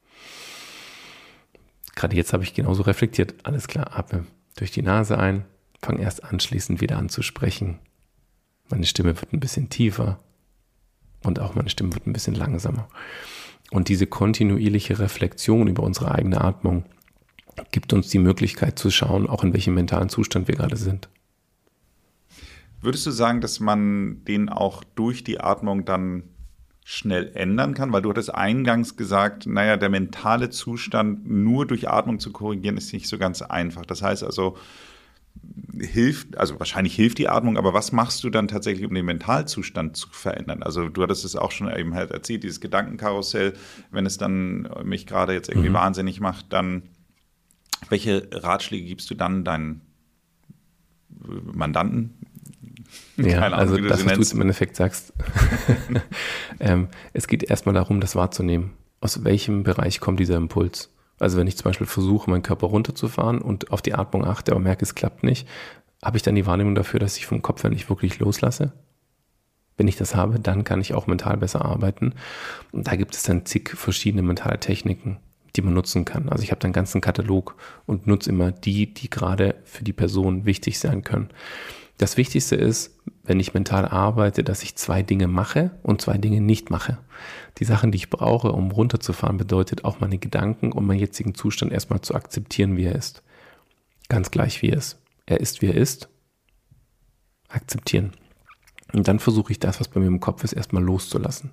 Gerade jetzt habe ich genauso reflektiert, alles klar, atme durch die Nase ein, fange erst anschließend wieder an zu sprechen. Meine Stimme wird ein bisschen tiefer und auch meine Stimme wird ein bisschen langsamer. Und diese kontinuierliche Reflexion über unsere eigene Atmung gibt uns die Möglichkeit zu schauen, auch in welchem mentalen Zustand wir gerade sind. Würdest du sagen, dass man den auch durch die Atmung dann schnell ändern kann? Weil du hattest eingangs gesagt, naja, der mentale Zustand nur durch Atmung zu korrigieren, ist nicht so ganz einfach. Das heißt also, hilft, also wahrscheinlich hilft die Atmung, aber was machst du dann tatsächlich, um den Mentalzustand zu verändern? Also du hattest es auch schon eben halt erzählt, dieses Gedankenkarussell, wenn es dann mich gerade jetzt irgendwie mhm. wahnsinnig macht, dann welche Ratschläge gibst du dann deinen Mandanten? Ja, Keine also Ahnung, das, was du jetzt im Endeffekt sagst. ähm, es geht erstmal darum, das wahrzunehmen. Aus welchem Bereich kommt dieser Impuls? Also wenn ich zum Beispiel versuche, meinen Körper runterzufahren und auf die Atmung achte, aber merke, es klappt nicht, habe ich dann die Wahrnehmung dafür, dass ich vom Kopf her nicht wirklich loslasse? Wenn ich das habe, dann kann ich auch mental besser arbeiten. Und da gibt es dann zig verschiedene mentale Techniken, die man nutzen kann. Also ich habe dann einen ganzen Katalog und nutze immer die, die gerade für die Person wichtig sein können. Das Wichtigste ist, wenn ich mental arbeite, dass ich zwei Dinge mache und zwei Dinge nicht mache. Die Sachen, die ich brauche, um runterzufahren, bedeutet auch meine Gedanken und meinen jetzigen Zustand erstmal zu akzeptieren, wie er ist. Ganz gleich, wie er ist. Er ist, wie er ist. Akzeptieren. Und dann versuche ich das, was bei mir im Kopf ist, erstmal loszulassen.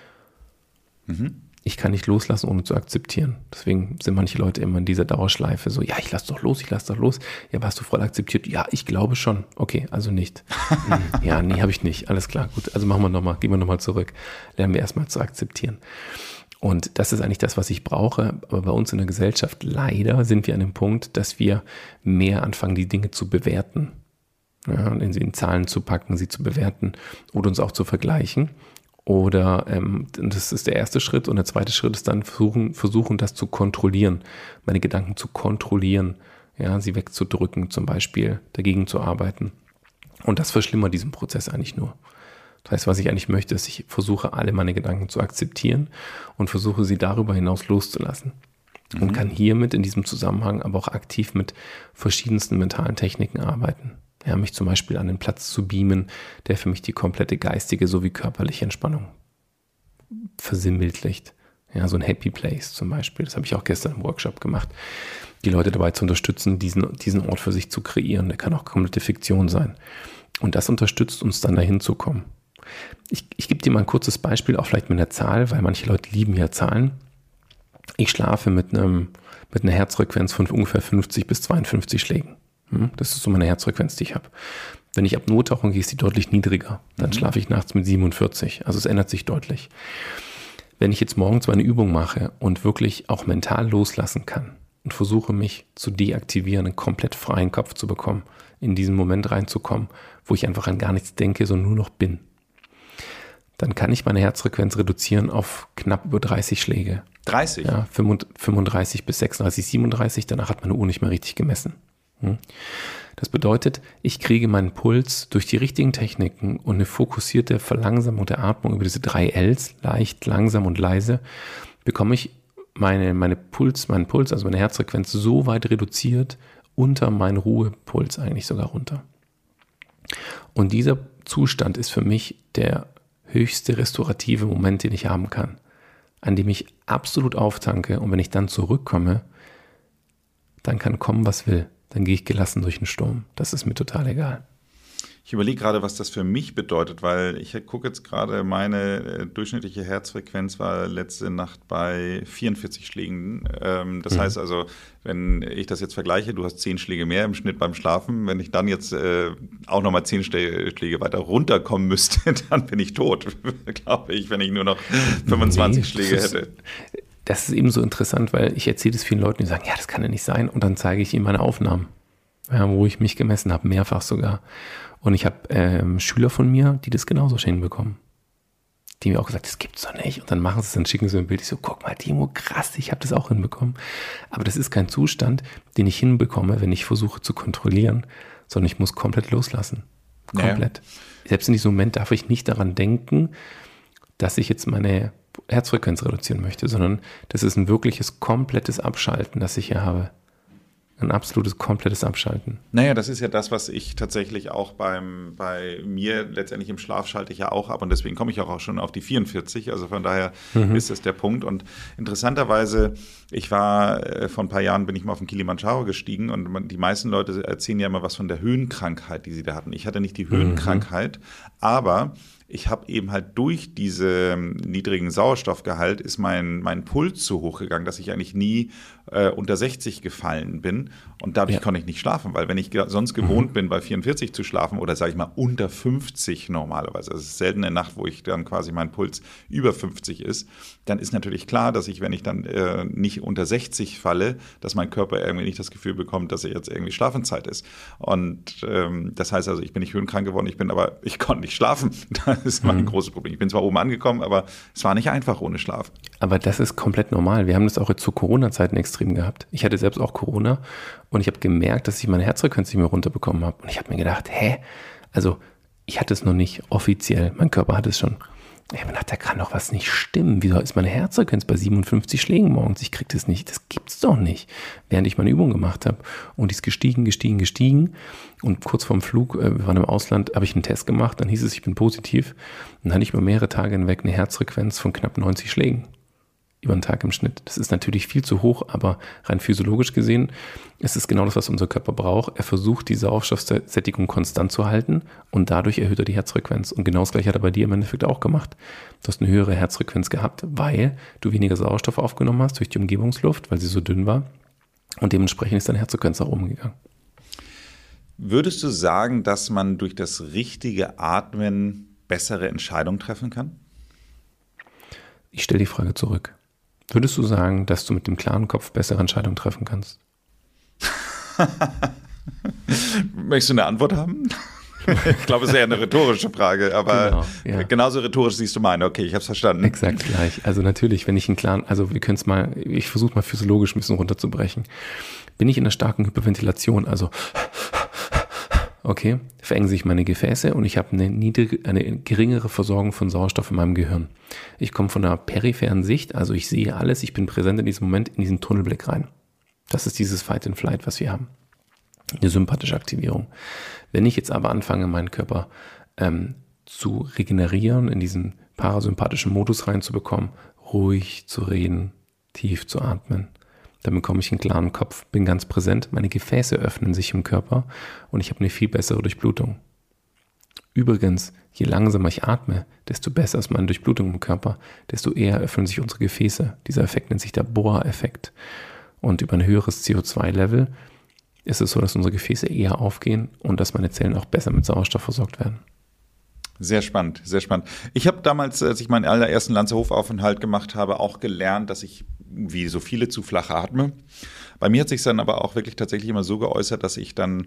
Mhm. Ich kann nicht loslassen, ohne zu akzeptieren. Deswegen sind manche Leute immer in dieser Dauerschleife so, ja, ich lass doch los, ich lass doch los. Ja, aber hast du voll akzeptiert? Ja, ich glaube schon. Okay, also nicht. hm, ja, nee, habe ich nicht. Alles klar, gut. Also machen wir nochmal, gehen wir nochmal zurück. Lernen wir erstmal zu akzeptieren. Und das ist eigentlich das, was ich brauche. Aber bei uns in der Gesellschaft leider sind wir an dem Punkt, dass wir mehr anfangen, die Dinge zu bewerten. Ja, in sie in Zahlen zu packen, sie zu bewerten oder uns auch zu vergleichen. Oder ähm, das ist der erste Schritt und der zweite Schritt ist dann versuchen, versuchen, das zu kontrollieren, meine Gedanken zu kontrollieren, ja, sie wegzudrücken zum Beispiel, dagegen zu arbeiten. Und das verschlimmert diesen Prozess eigentlich nur. Das heißt, was ich eigentlich möchte, ist, ich versuche alle meine Gedanken zu akzeptieren und versuche sie darüber hinaus loszulassen. Mhm. Und kann hiermit in diesem Zusammenhang aber auch aktiv mit verschiedensten mentalen Techniken arbeiten. Ja, mich zum Beispiel an den Platz zu beamen, der für mich die komplette geistige sowie körperliche Entspannung versinnbildlicht. Ja, so ein Happy Place zum Beispiel, das habe ich auch gestern im Workshop gemacht, die Leute dabei zu unterstützen, diesen, diesen Ort für sich zu kreieren. Der kann auch komplette Fiktion sein. Und das unterstützt uns dann dahin zu kommen. Ich, ich gebe dir mal ein kurzes Beispiel, auch vielleicht mit einer Zahl, weil manche Leute lieben ja Zahlen. Ich schlafe mit, einem, mit einer Herzfrequenz von ungefähr fünfzig bis zweiundfünfzig Schlägen. Das ist so meine Herzfrequenz, die ich habe. Wenn ich Apnoe tauche, gehe ich sie deutlich niedriger. Dann mhm. schlafe ich nachts mit siebenundvierzig. Also es ändert sich deutlich. Wenn ich jetzt morgens meine Übung mache und wirklich auch mental loslassen kann und versuche, mich zu deaktivieren, einen komplett freien Kopf zu bekommen, in diesen Moment reinzukommen, wo ich einfach an gar nichts denke, sondern nur noch bin, dann kann ich meine Herzfrequenz reduzieren auf knapp über dreißig Schläge. dreißig? Ja, fünfunddreißig bis sechsunddreißig, siebenunddreißig. Danach hat meine Uhr nicht mehr richtig gemessen. Das bedeutet, ich kriege meinen Puls durch die richtigen Techniken und eine fokussierte Verlangsamung der Atmung über diese drei Ls, leicht, langsam und leise, bekomme ich meine, meine Puls, meinen Puls, also meine Herzfrequenz so weit reduziert, unter meinen Ruhepuls eigentlich sogar runter. Und dieser Zustand ist für mich der höchste restaurative Moment, den ich haben kann, an dem ich absolut auftanke und wenn ich dann zurückkomme, dann kann kommen, was will. Dann gehe ich gelassen durch den Sturm. Das ist mir total egal. Ich überlege gerade, was das für mich bedeutet, weil ich gucke jetzt gerade, meine durchschnittliche Herzfrequenz war letzte Nacht bei vierundvierzig Schlägen. Ähm, das mhm. heißt also, wenn ich das jetzt vergleiche, du hast zehn Schläge mehr im Schnitt beim Schlafen. Wenn ich dann jetzt äh, auch nochmal zehn Schläge weiter runterkommen müsste, dann bin ich tot, glaube ich, wenn ich nur noch fünfundzwanzig nee, Schläge ist, hätte. Das ist eben so interessant, weil ich erzähle es vielen Leuten, die sagen, ja, das kann ja nicht sein. Und dann zeige ich ihnen meine Aufnahmen, ja, wo ich mich gemessen habe, mehrfach sogar. Und ich habe ähm, Schüler von mir, die das genauso hinbekommen. Die mir auch gesagt, das gibt's doch nicht. Und dann machen sie es, dann schicken sie mir ein Bild. Ich so, guck mal, Timo, krass, ich habe das auch hinbekommen. Aber das ist kein Zustand, den ich hinbekomme, wenn ich versuche zu kontrollieren, sondern ich muss komplett loslassen. Komplett. Ja. Selbst in diesem Moment darf ich nicht daran denken, dass ich jetzt meine Herzfrequenz reduzieren möchte, sondern das ist ein wirkliches, komplettes Abschalten, das ich hier habe. Ein absolutes, komplettes Abschalten. Naja, das ist ja das, was ich tatsächlich auch beim, bei mir letztendlich im Schlaf schalte ich ja auch ab und deswegen komme ich auch schon auf die vierundvierzig, also von daher mhm. ist das der Punkt und interessanterweise, ich war, äh, vor ein paar Jahren bin ich mal auf den Kilimanjaro gestiegen und man, die meisten Leute erzählen ja immer was von der Höhenkrankheit, die sie da hatten. Ich hatte nicht die Höhenkrankheit, mhm. aber ich habe eben halt durch diesen niedrigen Sauerstoffgehalt ist mein, mein Puls so hoch gegangen, dass ich eigentlich nie äh, unter sechzig gefallen bin und dadurch ja. konnte ich nicht schlafen, weil wenn ich ge- sonst gewohnt mhm. bin, bei vierundvierzig zu schlafen oder sage ich mal unter fünfzig normalerweise, also es ist selten eine Nacht, wo ich dann quasi mein Puls über fünfzig ist, dann ist natürlich klar, dass ich, wenn ich dann äh, nicht unter sechzig falle, dass mein Körper irgendwie nicht das Gefühl bekommt, dass er jetzt irgendwie Schlafenszeit ist. Und ähm, das heißt also, ich bin nicht höhenkrank geworden, ich bin aber, ich konnte nicht schlafen. Das ist mein mhm. großes Problem. Ich bin zwar oben angekommen, aber es war nicht einfach ohne Schlaf. Aber das ist komplett normal. Wir haben das auch jetzt zu Corona-Zeiten extrem gehabt. Ich hatte selbst auch Corona und ich habe gemerkt, dass ich meine Herzfrequenz nicht mehr runterbekommen habe. Und ich habe mir gedacht, hä? Also ich hatte es noch nicht offiziell, mein Körper hat es schon. Ich habe gedacht, da kann doch was nicht stimmen. Wieso ist meine Herzfrequenz bei siebenundfünfzig Schlägen morgens? Ich kriege das nicht. Das gibt's doch nicht. Während ich meine Übung gemacht habe. Und die ist gestiegen, gestiegen, gestiegen. Und kurz vorm Flug, äh, wir waren im Ausland, habe ich einen Test gemacht. Dann hieß es, ich bin positiv. Und dann hatte ich über mehrere Tage hinweg eine Herzfrequenz von knapp neunzig Schlägen. Über einen Tag im Schnitt. Das ist natürlich viel zu hoch, aber rein physiologisch gesehen ist es genau das, was unser Körper braucht. Er versucht, die Sauerstoffsättigung konstant zu halten und dadurch erhöht er die Herzfrequenz. Und genau das Gleiche hat er bei dir im Endeffekt auch gemacht. Du hast eine höhere Herzfrequenz gehabt, weil du weniger Sauerstoff aufgenommen hast durch die Umgebungsluft, weil sie so dünn war. Und dementsprechend ist deine Herzfrequenz nach oben gegangen. Würdest du sagen, dass man durch das richtige Atmen bessere Entscheidungen treffen kann? Ich stelle die Frage zurück. Würdest du sagen, dass du mit dem klaren Kopf bessere Entscheidungen treffen kannst? Möchtest du eine Antwort haben? Ich glaube, es ist eher eine rhetorische Frage, aber genau, ja. genauso rhetorisch siehst du meine. Okay, ich habe es verstanden. Exakt gleich. Also natürlich, wenn ich einen klaren, also wir können es mal, ich versuche mal physiologisch ein bisschen runterzubrechen. Bin ich in einer starken Hyperventilation, also okay, verengen sich meine Gefäße und ich habe eine niedrige, eine geringere Versorgung von Sauerstoff in meinem Gehirn. Ich komme von einer peripheren Sicht, also ich sehe alles, ich bin präsent in diesem Moment, in diesen Tunnelblick rein. Das ist dieses Fight and Flight, was wir haben. Eine sympathische Aktivierung. Wenn ich jetzt aber anfange, meinen Körper ähm, zu regenerieren, in diesen parasympathischen Modus reinzubekommen, ruhig zu reden, tief zu atmen, dann bekomme ich einen klaren Kopf, bin ganz präsent, meine Gefäße öffnen sich im Körper und ich habe eine viel bessere Durchblutung. Übrigens, je langsamer ich atme, desto besser ist meine Durchblutung im Körper, desto eher öffnen sich unsere Gefäße. Dieser Effekt nennt sich der Bohr-Effekt. Und über ein höheres C O zwei Level ist es so, dass unsere Gefäße eher aufgehen und dass meine Zellen auch besser mit Sauerstoff versorgt werden. Sehr spannend, sehr spannend. Ich habe damals, als ich meinen allerersten Lanzerhof-Aufenthalt gemacht habe, auch gelernt, dass ich, wie so viele, zu flach atme. Bei mir hat sich dann aber auch wirklich tatsächlich immer so geäußert, dass ich dann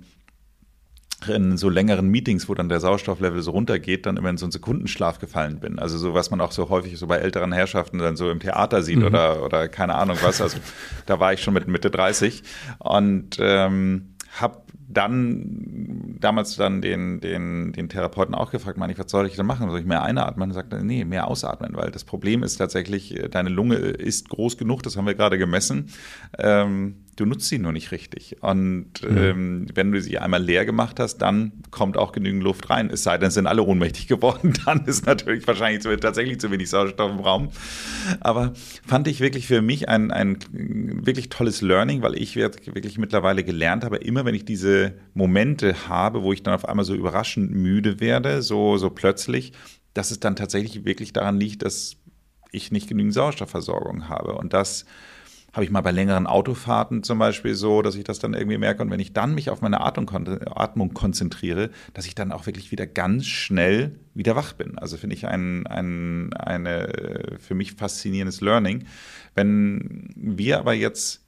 in so längeren Meetings, wo dann der Sauerstofflevel so runtergeht, dann immer in so einen Sekundenschlaf gefallen bin. Also so, was man auch so häufig so bei älteren Herrschaften dann so im Theater sieht mhm. oder, oder keine Ahnung was. Also da war ich schon mit Mitte dreißig und ähm, habe dann damals dann den, den, den Therapeuten auch gefragt, meine ich, was soll ich denn machen? Soll ich mehr einatmen? Und sagte, nee, mehr ausatmen, weil das Problem ist tatsächlich, deine Lunge ist groß genug, das haben wir gerade gemessen. Ähm, du nutzt sie nur nicht richtig. Und mhm. ähm, wenn du sie einmal leer gemacht hast, dann kommt auch genügend Luft rein. Es sei denn, es sind alle ohnmächtig geworden, dann ist natürlich wahrscheinlich zu, tatsächlich zu wenig Sauerstoff im Raum. Aber fand ich wirklich für mich ein, ein wirklich tolles Learning, weil ich wirklich mittlerweile gelernt habe, immer wenn ich diese Momente habe, wo ich dann auf einmal so überraschend müde werde, so, so plötzlich, dass es dann tatsächlich wirklich daran liegt, dass ich nicht genügend Sauerstoffversorgung habe. Und das habe ich mal bei längeren Autofahrten zum Beispiel so, dass ich das dann irgendwie merke. Und wenn ich dann mich auf meine Atmung, Atmung konzentriere, dass ich dann auch wirklich wieder ganz schnell wieder wach bin. Also finde ich ein, ein eine für mich faszinierendes Learning. Wenn wir aber jetzt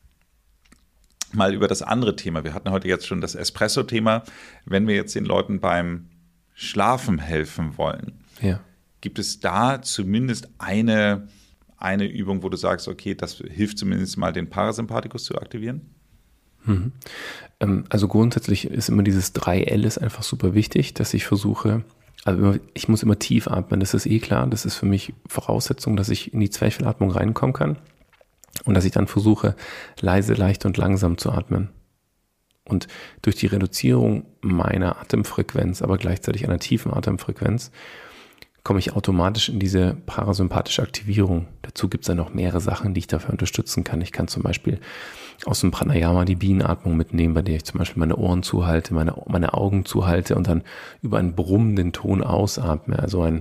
mal über das andere Thema, wir hatten heute jetzt schon das Espresso-Thema, wenn wir jetzt den Leuten beim Schlafen helfen wollen, ja. gibt es da zumindest eine eine Übung, wo du sagst, okay, das hilft zumindest mal, den Parasympathikus zu aktivieren? Mhm. Also grundsätzlich ist immer dieses drei L ist einfach super wichtig, dass ich versuche, also ich muss immer tief atmen, das ist eh klar, das ist für mich Voraussetzung, dass ich in die Zwerchfellatmung reinkommen kann und dass ich dann versuche, leise, leicht und langsam zu atmen. Und durch die Reduzierung meiner Atemfrequenz, aber gleichzeitig einer tiefen Atemfrequenz, komme ich automatisch in diese parasympathische Aktivierung. Dazu gibt es dann noch mehrere Sachen, die ich dafür unterstützen kann. Ich kann zum Beispiel aus dem Pranayama die Bienenatmung mitnehmen, bei der ich zum Beispiel meine Ohren zuhalte, meine, meine Augen zuhalte und dann über einen brummenden Ton ausatme. Also ein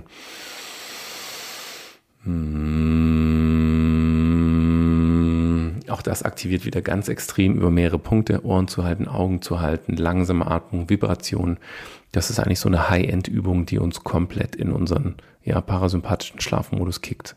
Auch das aktiviert wieder ganz extrem über mehrere Punkte, Ohren zu halten, Augen zu halten, langsame Atmung, Vibration. Das ist eigentlich so eine High-End-Übung, die uns komplett in unseren ja, parasympathischen Schlafmodus kickt.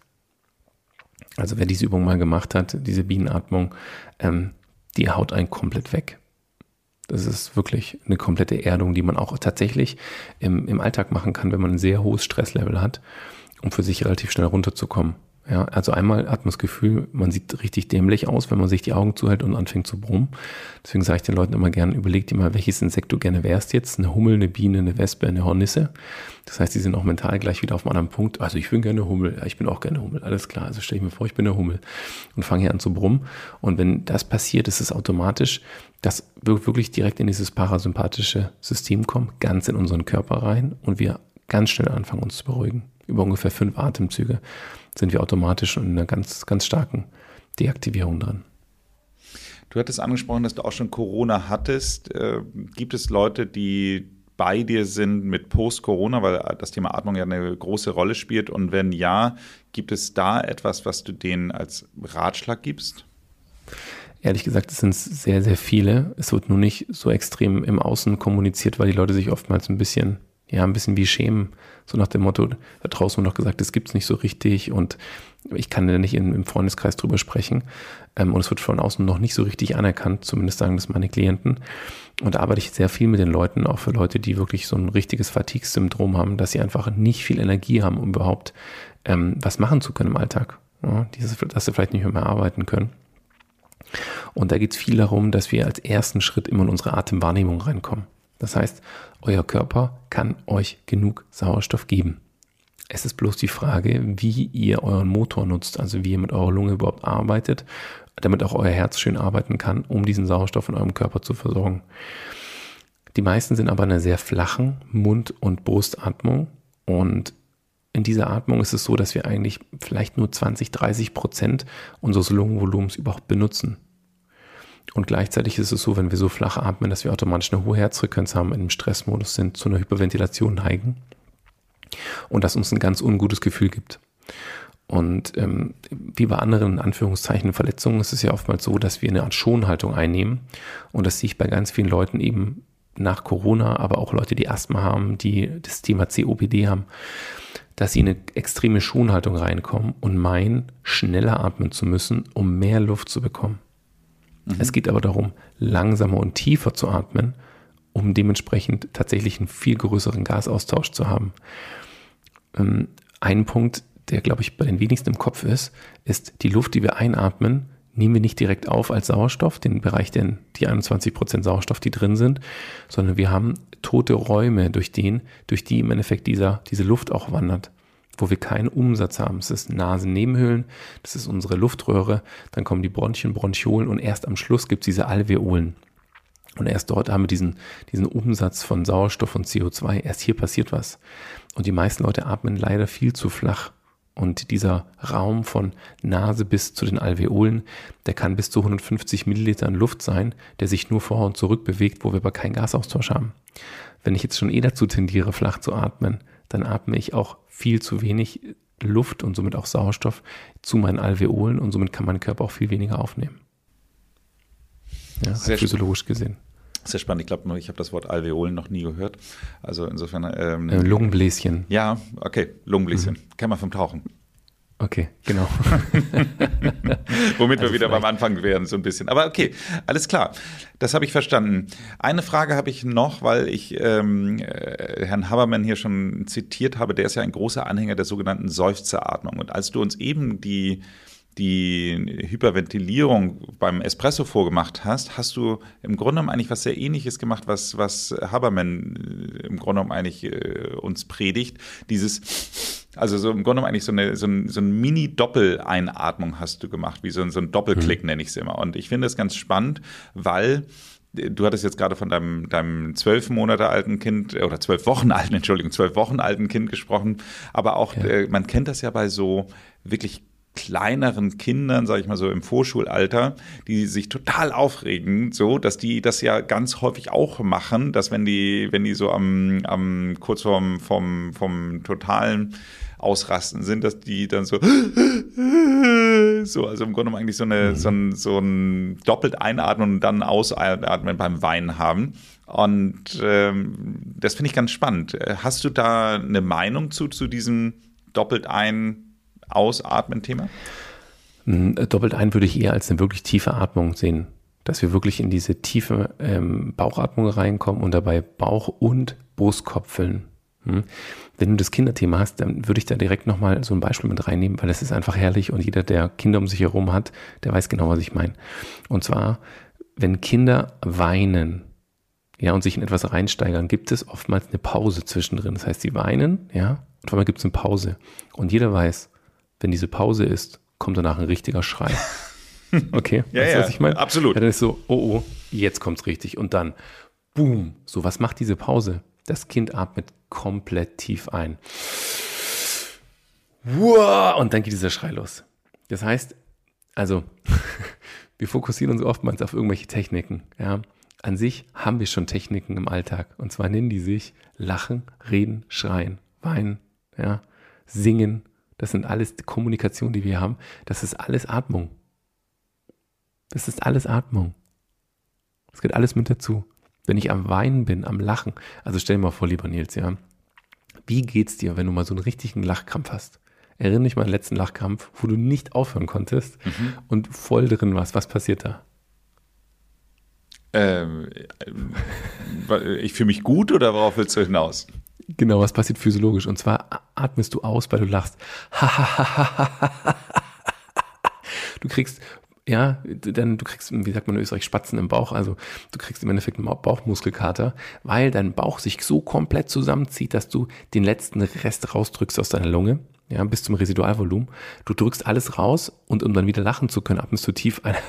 Also wer diese Übung mal gemacht hat, diese Bienenatmung, ähm, die haut einen komplett weg. Das ist wirklich eine komplette Erdung, die man auch tatsächlich im, im Alltag machen kann, wenn man ein sehr hohes Stresslevel hat, um für sich relativ schnell runterzukommen. Ja, also einmal hat man das Gefühl, man sieht richtig dämlich aus, wenn man sich die Augen zuhält und anfängt zu brummen. Deswegen sage ich den Leuten immer gerne, überleg dir mal, welches Insekt du gerne wärst jetzt. Eine Hummel, eine Biene, eine Wespe, eine Hornisse. Das heißt, die sind auch mental gleich wieder auf einem anderen Punkt. Also ich bin gerne Hummel, ja, ich bin auch gerne Hummel, alles klar. Also stelle ich mir vor, ich bin eine Hummel und fange hier an zu brummen. Und wenn das passiert, ist es automatisch, dass wir wirklich direkt in dieses parasympathische System kommen, ganz in unseren Körper rein und wir ganz schnell anfangen, uns zu beruhigen. Über ungefähr fünf Atemzüge sind wir automatisch in einer ganz, ganz starken Deaktivierung drin. Du hattest angesprochen, dass du auch schon Corona hattest. Äh, gibt es Leute, die bei dir sind mit Post-Corona, weil das Thema Atmung ja eine große Rolle spielt? Und wenn ja, gibt es da etwas, was du denen als Ratschlag gibst? Ehrlich gesagt, es sind sehr, sehr viele. Es wird nur nicht so extrem im Außen kommuniziert, weil die Leute sich oftmals ein bisschen ja, ein bisschen wie schämen, so nach dem Motto, da draußen wird noch gesagt, das gibt's nicht so richtig und ich kann da nicht in, im Freundeskreis drüber sprechen ähm, und es wird von außen noch nicht so richtig anerkannt, zumindest sagen das meine Klienten, und da arbeite ich sehr viel mit den Leuten, auch für Leute, die wirklich so ein richtiges Fatigue-Syndrom haben, dass sie einfach nicht viel Energie haben, um überhaupt ähm, was machen zu können im Alltag, ja, dieses, dass sie vielleicht nicht mehr arbeiten können. Und da geht's viel darum, dass wir als ersten Schritt immer in unsere Atemwahrnehmung reinkommen. Das heißt, euer Körper kann euch genug Sauerstoff geben. Es ist bloß die Frage, wie ihr euren Motor nutzt, also wie ihr mit eurer Lunge überhaupt arbeitet, damit auch euer Herz schön arbeiten kann, um diesen Sauerstoff in eurem Körper zu versorgen. Die meisten sind aber in einer sehr flachen Mund- und Brustatmung und in dieser Atmung ist es so, dass wir eigentlich vielleicht nur zwanzig, dreißig Prozent unseres Lungenvolumens überhaupt benutzen. Und gleichzeitig ist es so, wenn wir so flach atmen, dass wir automatisch eine hohe Herzfrequenz haben, in einem Stressmodus sind, zu einer Hyperventilation neigen und das uns ein ganz ungutes Gefühl gibt. Und ähm, wie bei anderen in Anführungszeichen Verletzungen ist es ja oftmals so, dass wir eine Art Schonhaltung einnehmen und das sehe ich bei ganz vielen Leuten eben nach Corona, aber auch Leute, die Asthma haben, die das Thema C O P D haben, dass sie in eine extreme Schonhaltung reinkommen und meinen, schneller atmen zu müssen, um mehr Luft zu bekommen. Mhm. Es geht aber darum, langsamer und tiefer zu atmen, um dementsprechend tatsächlich einen viel größeren Gasaustausch zu haben. Ähm, ein Punkt, der, glaube ich, bei den wenigsten im Kopf ist, ist die Luft, die wir einatmen, nehmen wir nicht direkt auf als Sauerstoff, den Bereich, den, die einundzwanzig Prozent Sauerstoff, die drin sind, sondern wir haben tote Räume, durch, den, durch die im Endeffekt dieser, diese Luft auch wandert, wo wir keinen Umsatz haben. Das ist Nasennebenhöhlen, das ist unsere Luftröhre, dann kommen die Bronchien, Bronchiolen und erst am Schluss gibt es diese Alveolen. Und erst dort haben wir diesen, diesen Umsatz von Sauerstoff und C O zwei. Erst hier passiert was. Und die meisten Leute atmen leider viel zu flach. Und dieser Raum von Nase bis zu den Alveolen, der kann bis zu hundertfünfzig Millilitern Luft sein, der sich nur vor und zurück bewegt, wo wir aber keinen Gasaustausch haben. Wenn ich jetzt schon eh dazu tendiere, flach zu atmen, dann atme ich auch viel zu wenig Luft und somit auch Sauerstoff zu meinen Alveolen und somit kann mein Körper auch viel weniger aufnehmen. Ja, sehr physiologisch gesehen. Sehr spannend. Ich glaube, ich habe das Wort Alveolen noch nie gehört. Also insofern. Ähm, äh, Lungenbläschen. Ja, okay, Lungenbläschen. Mhm. Kennen wir vom Tauchen. Okay, genau. Womit also wir wieder beim Anfang wären, so ein bisschen. Aber okay, alles klar. Das habe ich verstanden. Eine Frage habe ich noch, weil ich ähm, äh, Herrn Habermann hier schon zitiert habe. Der ist ja ein großer Anhänger der sogenannten Seufzeratmung. Und als du uns eben die die Hyperventilierung beim Espresso vorgemacht hast, hast du im Grunde genommen eigentlich was sehr Ähnliches gemacht, was, was Habermann im Grunde genommen eigentlich äh, uns predigt. Dieses, also so im Grunde genommen eigentlich so eine, so ein, so ein Mini-Doppel-Einatmung hast du gemacht, wie so ein, so ein Doppelklick, mhm. nenne ich es immer. Und ich finde das ganz spannend, weil du hattest jetzt gerade von deinem, deinem zwölf Monate alten Kind oder zwölf Wochen alten, Entschuldigung, zwölf Wochen alten Kind gesprochen. Aber auch, ja. äh, man kennt das ja bei so wirklich kleineren Kindern, sage ich mal so im Vorschulalter, die sich total aufregen, so, dass die das ja ganz häufig auch machen, dass wenn die, wenn die so am, am kurz vorm, vom, vom totalen Ausrasten sind, dass die dann so, so, also im Grunde genommen eigentlich so eine, mhm. so ein, so ein doppelt einatmen und dann ausatmen beim Weinen haben. Und ähm, das finde ich ganz spannend. Hast du da eine Meinung zu, zu diesem doppelt ein Ausatmen-Thema? Doppelt ein würde ich eher als eine wirklich tiefe Atmung sehen, dass wir wirklich in diese tiefe ähm, Bauchatmung reinkommen und dabei Bauch- und Brustkorb füllen. Hm? Wenn du das Kinderthema hast, dann würde ich da direkt nochmal so ein Beispiel mit reinnehmen, weil es ist einfach herrlich und jeder, der Kinder um sich herum hat, der weiß genau, was ich meine. Und zwar, wenn Kinder weinen, ja, und sich in etwas reinsteigern, gibt es oftmals eine Pause zwischendrin. Das heißt, sie weinen, ja, und auf einmal gibt es eine Pause. Und jeder weiß, wenn diese Pause ist, kommt danach ein richtiger Schrei. Okay, ja, weißt du, ja, was ich meine? Absolut. Ja, dann ist so, oh, oh, jetzt kommt's richtig. Und dann, boom. So, was macht diese Pause? Das Kind atmet komplett tief ein. Und dann geht dieser Schrei los. Das heißt, also, wir fokussieren uns oftmals auf irgendwelche Techniken. Ja. An sich haben wir schon Techniken im Alltag. Und zwar nennen die sich Lachen, Reden, Schreien, Weinen, ja, Singen. Das sind alles die Kommunikation, die wir haben. Das ist alles Atmung. Das ist alles Atmung. Das geht alles mit dazu. Wenn ich am Weinen bin, am Lachen, also stell dir mal vor, lieber Nils, ja, wie geht's dir, wenn du mal so einen richtigen Lachkrampf hast? Erinnere dich mal an den letzten Lachkrampf, wo du nicht aufhören konntest mhm. und voll drin warst. Was passiert da? Ähm, ich fühle mich gut oder worauf willst du hinaus? Genau, was passiert physiologisch? Und zwar atmest du aus, weil du lachst. Du kriegst, ja, dann du kriegst, wie sagt man in Österreich, Spatzen im Bauch. Also du kriegst im Endeffekt einen Bauchmuskelkater, weil dein Bauch sich so komplett zusammenzieht, dass du den letzten Rest rausdrückst aus deiner Lunge, ja, bis zum Residualvolumen. Du drückst alles raus und um dann wieder lachen zu können, atmest du tief ein.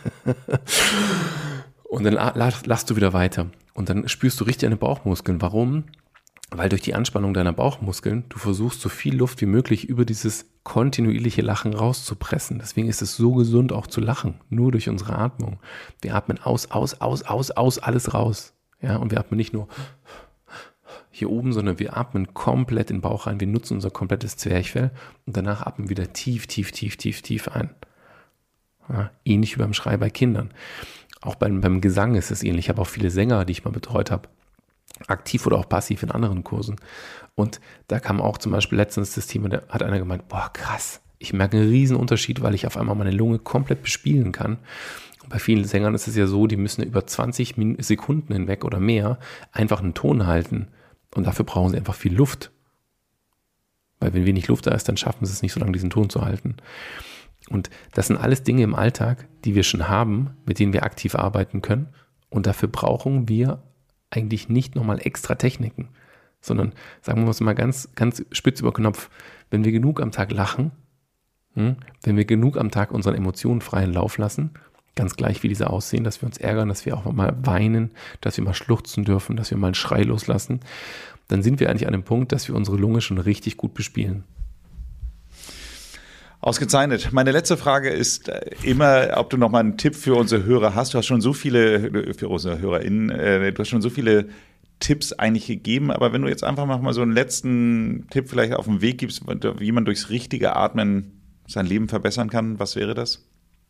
Und dann lachst du wieder weiter. Und dann spürst du richtig deine Bauchmuskeln. Warum? Weil durch die Anspannung deiner Bauchmuskeln du versuchst, so viel Luft wie möglich über dieses kontinuierliche Lachen rauszupressen. Deswegen ist es so gesund, auch zu lachen, nur durch unsere Atmung. Wir atmen aus, aus, aus, aus, aus, alles raus. Ja, und wir atmen nicht nur hier oben, sondern wir atmen komplett in den Bauch rein. Wir nutzen unser komplettes Zwerchfell und danach atmen wir wieder tief, tief, tief, tief, tief ein. Ja, ähnlich wie beim Schrei bei Kindern. Auch beim, beim Gesang ist es ähnlich. Ich habe auch viele Sänger, die ich mal betreut habe, aktiv oder auch passiv in anderen Kursen. Und da kam auch zum Beispiel letztens das Thema, da hat einer gemeint, boah krass, ich merke einen riesen Unterschied, weil ich auf einmal meine Lunge komplett bespielen kann. Und bei vielen Sängern ist es ja so, die müssen über zwanzig Sekunden hinweg oder mehr einfach einen Ton halten. Und dafür brauchen sie einfach viel Luft. Weil wenn wenig Luft da ist, dann schaffen sie es nicht so lange, diesen Ton zu halten. Und das sind alles Dinge im Alltag, die wir schon haben, mit denen wir aktiv arbeiten können. Und dafür brauchen wir eigentlich nicht nochmal extra Techniken, sondern sagen wir es mal ganz, ganz spitz über Knopf, wenn wir genug am Tag lachen, hm, wenn wir genug am Tag unseren Emotionen freien Lauf lassen, ganz gleich wie diese aussehen, dass wir uns ärgern, dass wir auch mal weinen, dass wir mal schluchzen dürfen, dass wir mal einen Schrei loslassen, dann sind wir eigentlich an dem Punkt, dass wir unsere Lunge schon richtig gut bespielen. Ausgezeichnet. Meine letzte Frage ist immer, ob du noch mal einen Tipp für unsere Hörer hast. Du hast schon so viele, für unsere HörerInnen, äh, du hast schon so viele Tipps eigentlich gegeben, aber wenn du jetzt einfach noch mal so einen letzten Tipp vielleicht auf den Weg gibst, wie man durchs richtige Atmen sein Leben verbessern kann, was wäre das?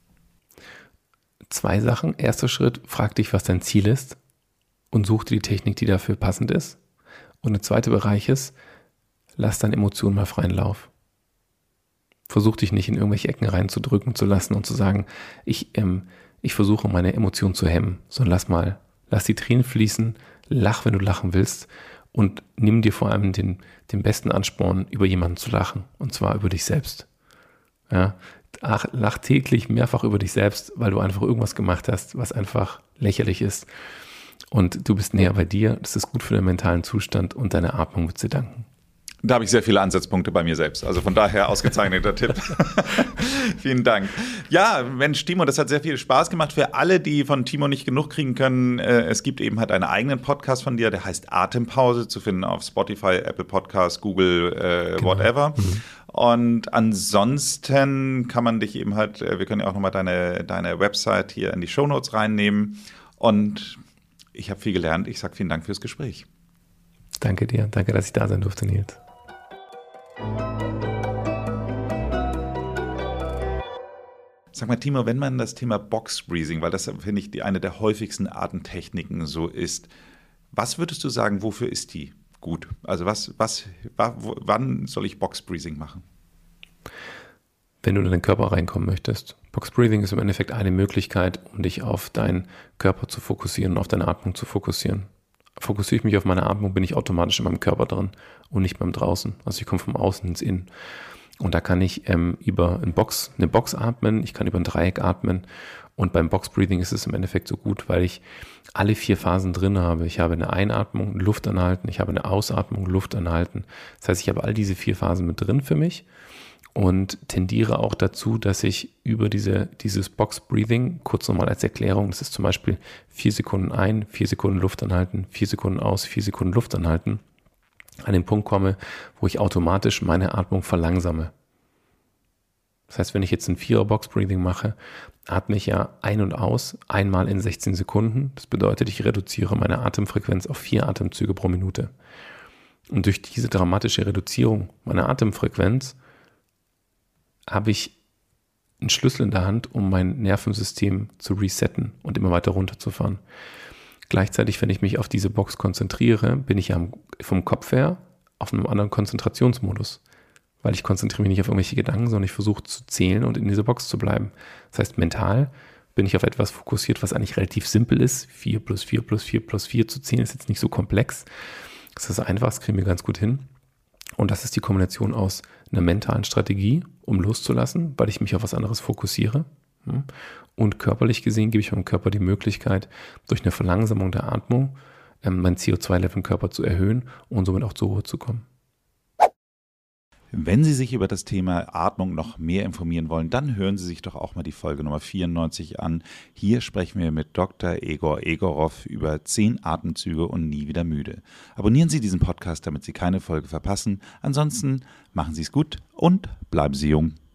Zwei Sachen. Erster Schritt, frag dich, was dein Ziel ist und such dir die Technik, die dafür passend ist. Und der zweite Bereich ist, lass deine Emotionen mal freien Lauf. Versuch dich nicht in irgendwelche Ecken reinzudrücken zu lassen und zu sagen, ich, ähm, ich versuche meine Emotionen zu hemmen, sondern lass mal, lass die Tränen fließen, lach, wenn du lachen willst und nimm dir vor allem den, den besten Ansporn, über jemanden zu lachen und zwar über dich selbst. Ja, ach, lach täglich mehrfach über dich selbst, weil du einfach irgendwas gemacht hast, was einfach lächerlich ist und du bist näher bei dir, das ist gut für deinen mentalen Zustand und deine Atmung wird dir danken. Da habe ich sehr viele Ansatzpunkte bei mir selbst. Also von daher ausgezeichneter Tipp. Vielen Dank. Ja, Mensch, Timo, das hat sehr viel Spaß gemacht. Für alle, die von Timo nicht genug kriegen können, äh, es gibt eben halt einen eigenen Podcast von dir, der heißt Atempause, zu finden auf Spotify, Apple Podcasts, Google, äh, genau. whatever. Mhm. Und ansonsten kann man dich eben halt, wir können ja auch nochmal deine, deine Website hier in die Shownotes reinnehmen. Und ich habe viel gelernt. Ich sage vielen Dank fürs Gespräch. Danke dir. Danke, dass ich da sein durfte, Nils. Sag mal, Timo, wenn man das Thema Box Breathing, weil das, finde ich, die, eine der häufigsten Atemtechniken so ist, was würdest du sagen, wofür ist die gut? Also was, was, wann soll ich Box Breathing machen? Wenn du in den Körper reinkommen möchtest. Box Breathing ist im Endeffekt eine Möglichkeit, um dich auf deinen Körper zu fokussieren und auf deine Atmung zu fokussieren. Fokussiere ich mich auf meine Atmung, bin ich automatisch in meinem Körper drin und nicht beim Draußen. Also ich komme vom Außen ins Innen. Und da kann ich ähm, über eine Box, eine Box atmen, ich kann über ein Dreieck atmen. Und beim Box Breathing ist es im Endeffekt so gut, weil ich alle vier Phasen drin habe. Ich habe eine Einatmung, Luft anhalten, ich habe eine Ausatmung, Luft anhalten. Das heißt, ich habe all diese vier Phasen mit drin für mich und tendiere auch dazu, dass ich über diese, dieses Box Breathing, kurz nochmal als Erklärung, das ist zum Beispiel vier Sekunden ein, vier Sekunden Luft anhalten, vier Sekunden aus, vier Sekunden Luft anhalten, an den Punkt komme, wo ich automatisch meine Atmung verlangsame. Das heißt, wenn ich jetzt ein Vierer-Box-Breathing mache, atme ich ja ein und aus, einmal in sechzehn Sekunden. Das bedeutet, ich reduziere meine Atemfrequenz auf vier Atemzüge pro Minute. Und durch diese dramatische Reduzierung meiner Atemfrequenz habe ich einen Schlüssel in der Hand, um mein Nervensystem zu resetten und immer weiter runterzufahren. Gleichzeitig, wenn ich mich auf diese Box konzentriere, bin ich ja vom Kopf her auf einem anderen Konzentrationsmodus. Weil ich konzentriere mich nicht auf irgendwelche Gedanken, sondern ich versuche zu zählen und in dieser Box zu bleiben. Das heißt, mental bin ich auf etwas fokussiert, was eigentlich relativ simpel ist. vier plus vier plus vier plus vier zu zählen ist jetzt nicht so komplex. Das ist einfach, das kriegen wir ganz gut hin. Und das ist die Kombination aus einer mentalen Strategie, um loszulassen, weil ich mich auf was anderes fokussiere. Und körperlich gesehen gebe ich meinem Körper die Möglichkeit, durch eine Verlangsamung der Atmung mein C O zwei Level im Körper zu erhöhen und somit auch zur Ruhe zu kommen. Wenn Sie sich über das Thema Atmung noch mehr informieren wollen, dann hören Sie sich doch auch mal die Folge Nummer vierundneunzig an. Hier sprechen wir mit Doktor Egor Egorov über zehn Atemzüge und nie wieder müde. Abonnieren Sie diesen Podcast, damit Sie keine Folge verpassen. Ansonsten machen Sie es gut und bleiben Sie jung.